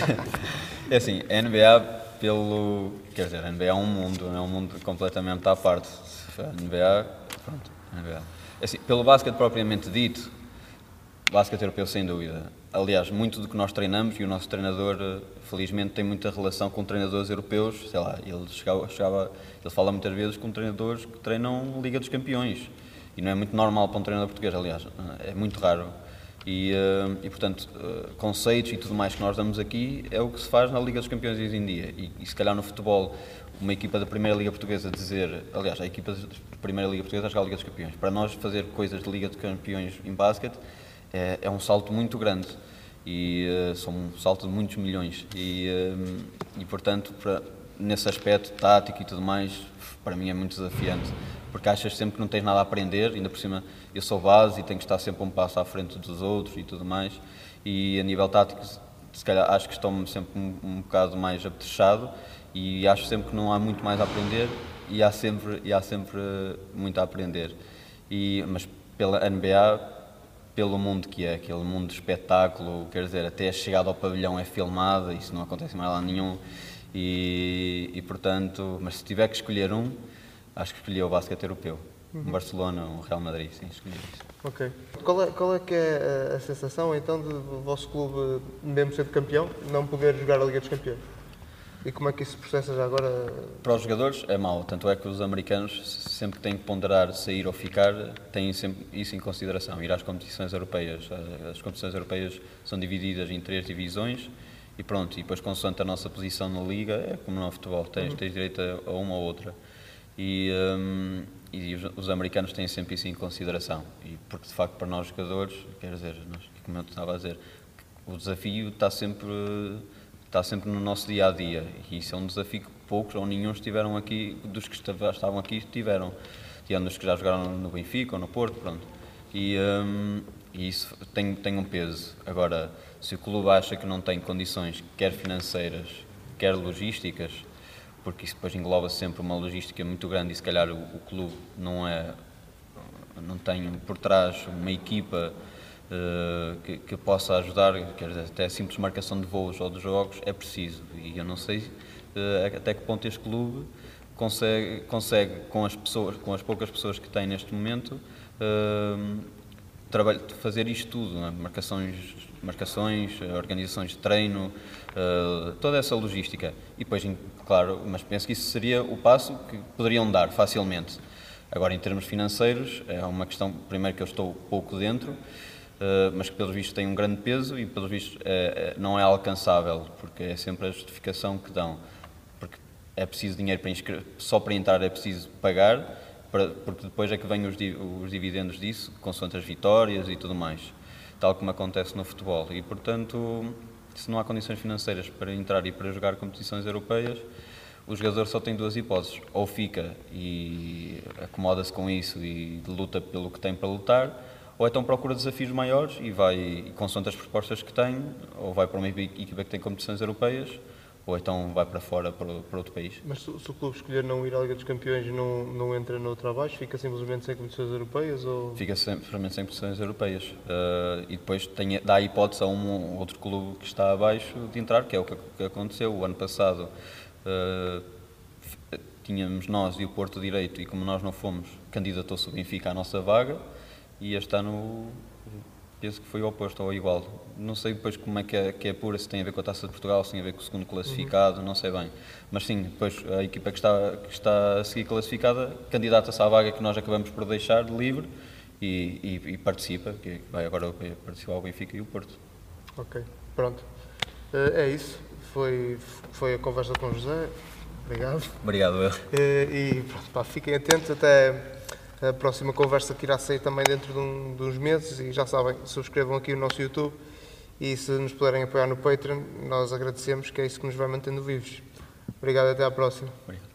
É assim, a NBA quer dizer, a NBA é um mundo completamente à parte. A NBA, pronto, a NBA. É assim, pelo basquete propriamente dito, basquete europeu sem dúvida. Aliás, muito do que nós treinamos e o nosso treinador, felizmente, tem muita relação com treinadores europeus. Sei lá, ele fala muitas vezes com treinadores que treinam Liga dos Campeões. E não é muito normal para um treinador português, aliás, é muito raro. E portanto, conceitos e tudo mais que nós damos aqui é o que se faz na Liga dos Campeões hoje em dia. E se calhar no futebol, uma equipa da Primeira Liga Portuguesa aliás, a equipa da Primeira Liga Portuguesa a jogar a Liga dos Campeões. Para nós fazer coisas de Liga dos Campeões em basquete é um salto muito grande. E são um salto de muitos milhões. E portanto, nesse aspecto tático e tudo mais, para mim é muito desafiante. Porque achas sempre que não tens nada a aprender, ainda por cima eu sou base e tenho que estar sempre um passo à frente dos outros e tudo mais. E a nível tático, se calhar acho que estou sempre um bocado mais apetrechado e acho sempre que não há muito mais a aprender e há sempre muito a aprender. Mas pela NBA, pelo mundo que é, aquele mundo de espetáculo, quer dizer, até a chegada ao pavilhão é filmada, isso não acontece mais lá nenhum. E portanto, mas se tiver que escolher acho que escolhi o basquete europeu. Um Barcelona, um Real Madrid, sim, escolhi isso. Ok. Qual é que é a sensação, então, do vosso clube, mesmo sendo campeão, não poder jogar a Liga dos Campeões? E como é que isso se processa já agora? Para os jogadores é mau, tanto é que os americanos, sempre que têm que ponderar sair ou ficar, têm sempre isso em consideração, ir às competições europeias. As competições europeias são divididas em 3 divisões e pronto, e depois consoante a nossa posição na Liga, é como no futebol, tens direito a uma ou outra. E os americanos têm sempre isso em consideração, porque de facto para nós jogadores, quer dizer, como eu estava a dizer, o desafio está sempre no nosso dia-a-dia, e isso é um desafio que poucos ou nenhum estiveram aqui, dos que estavam aqui estiveram, tirando os que já jogaram no Benfica ou no Porto, pronto, e isso tem um peso. Agora, se o clube acha que não tem condições, quer financeiras, quer logísticas, porque isso depois engloba sempre uma logística muito grande e se calhar o clube não tem por trás uma equipa que possa ajudar, quer dizer, até a simples marcação de voos ou de jogos é preciso, e eu não sei até que ponto este clube consegue com as poucas pessoas que tem neste momento fazer isto tudo, não é? Marcações, organizações de treino, toda essa logística. E depois, claro, mas penso que isso seria o passo que poderiam dar facilmente. Agora, em termos financeiros, é uma questão, primeiro, que eu estou pouco dentro, mas que, pelos vistos, tem um grande peso e, pelos vistos, não é alcançável, porque é sempre a justificação que dão. Porque é preciso dinheiro para inscrever, só para entrar é preciso pagar, porque depois é que vêm os dividendos disso, consoante as vitórias e tudo mais, tal como acontece no futebol. E, portanto, se não há condições financeiras para entrar e para jogar competições europeias, o jogador só tem 2 hipóteses. Ou fica e acomoda-se com isso e luta pelo que tem para lutar, ou então procura desafios maiores e vai, consoante as propostas que tem, ou vai para uma equipa que tem competições europeias, ou então vai para fora, para outro país. Mas se o clube escolher não ir à Liga dos Campeões, não entra no outro abaixo? Fica simplesmente sem competições europeias? Ou... Fica simplesmente sem competições europeias. E depois dá a hipótese a um outro clube que está abaixo de entrar, que é o que aconteceu. O ano passado tínhamos nós e o Porto Direito, e como nós não fomos, candidatou-se o Benfica à nossa vaga, e este ano penso que foi o oposto ou igual. Não sei depois como é que é pura, se tem a ver com a Taça de Portugal, se tem a ver com o segundo classificado, não sei bem. Mas sim, depois a equipa que está a seguir classificada candidata-se à vaga que nós acabamos por deixar livre e participa, que vai agora participar o Benfica e o Porto. Ok, pronto. É isso. Foi a conversa com o José. Obrigado. Obrigado, eu. E pronto, pá, fiquem atentos até a próxima conversa que irá sair também dentro de uns meses, e já sabem, subscrevam aqui o nosso YouTube, e se nos puderem apoiar no Patreon, nós agradecemos, que é isso que nos vai mantendo vivos. Obrigado, até à próxima. Obrigado.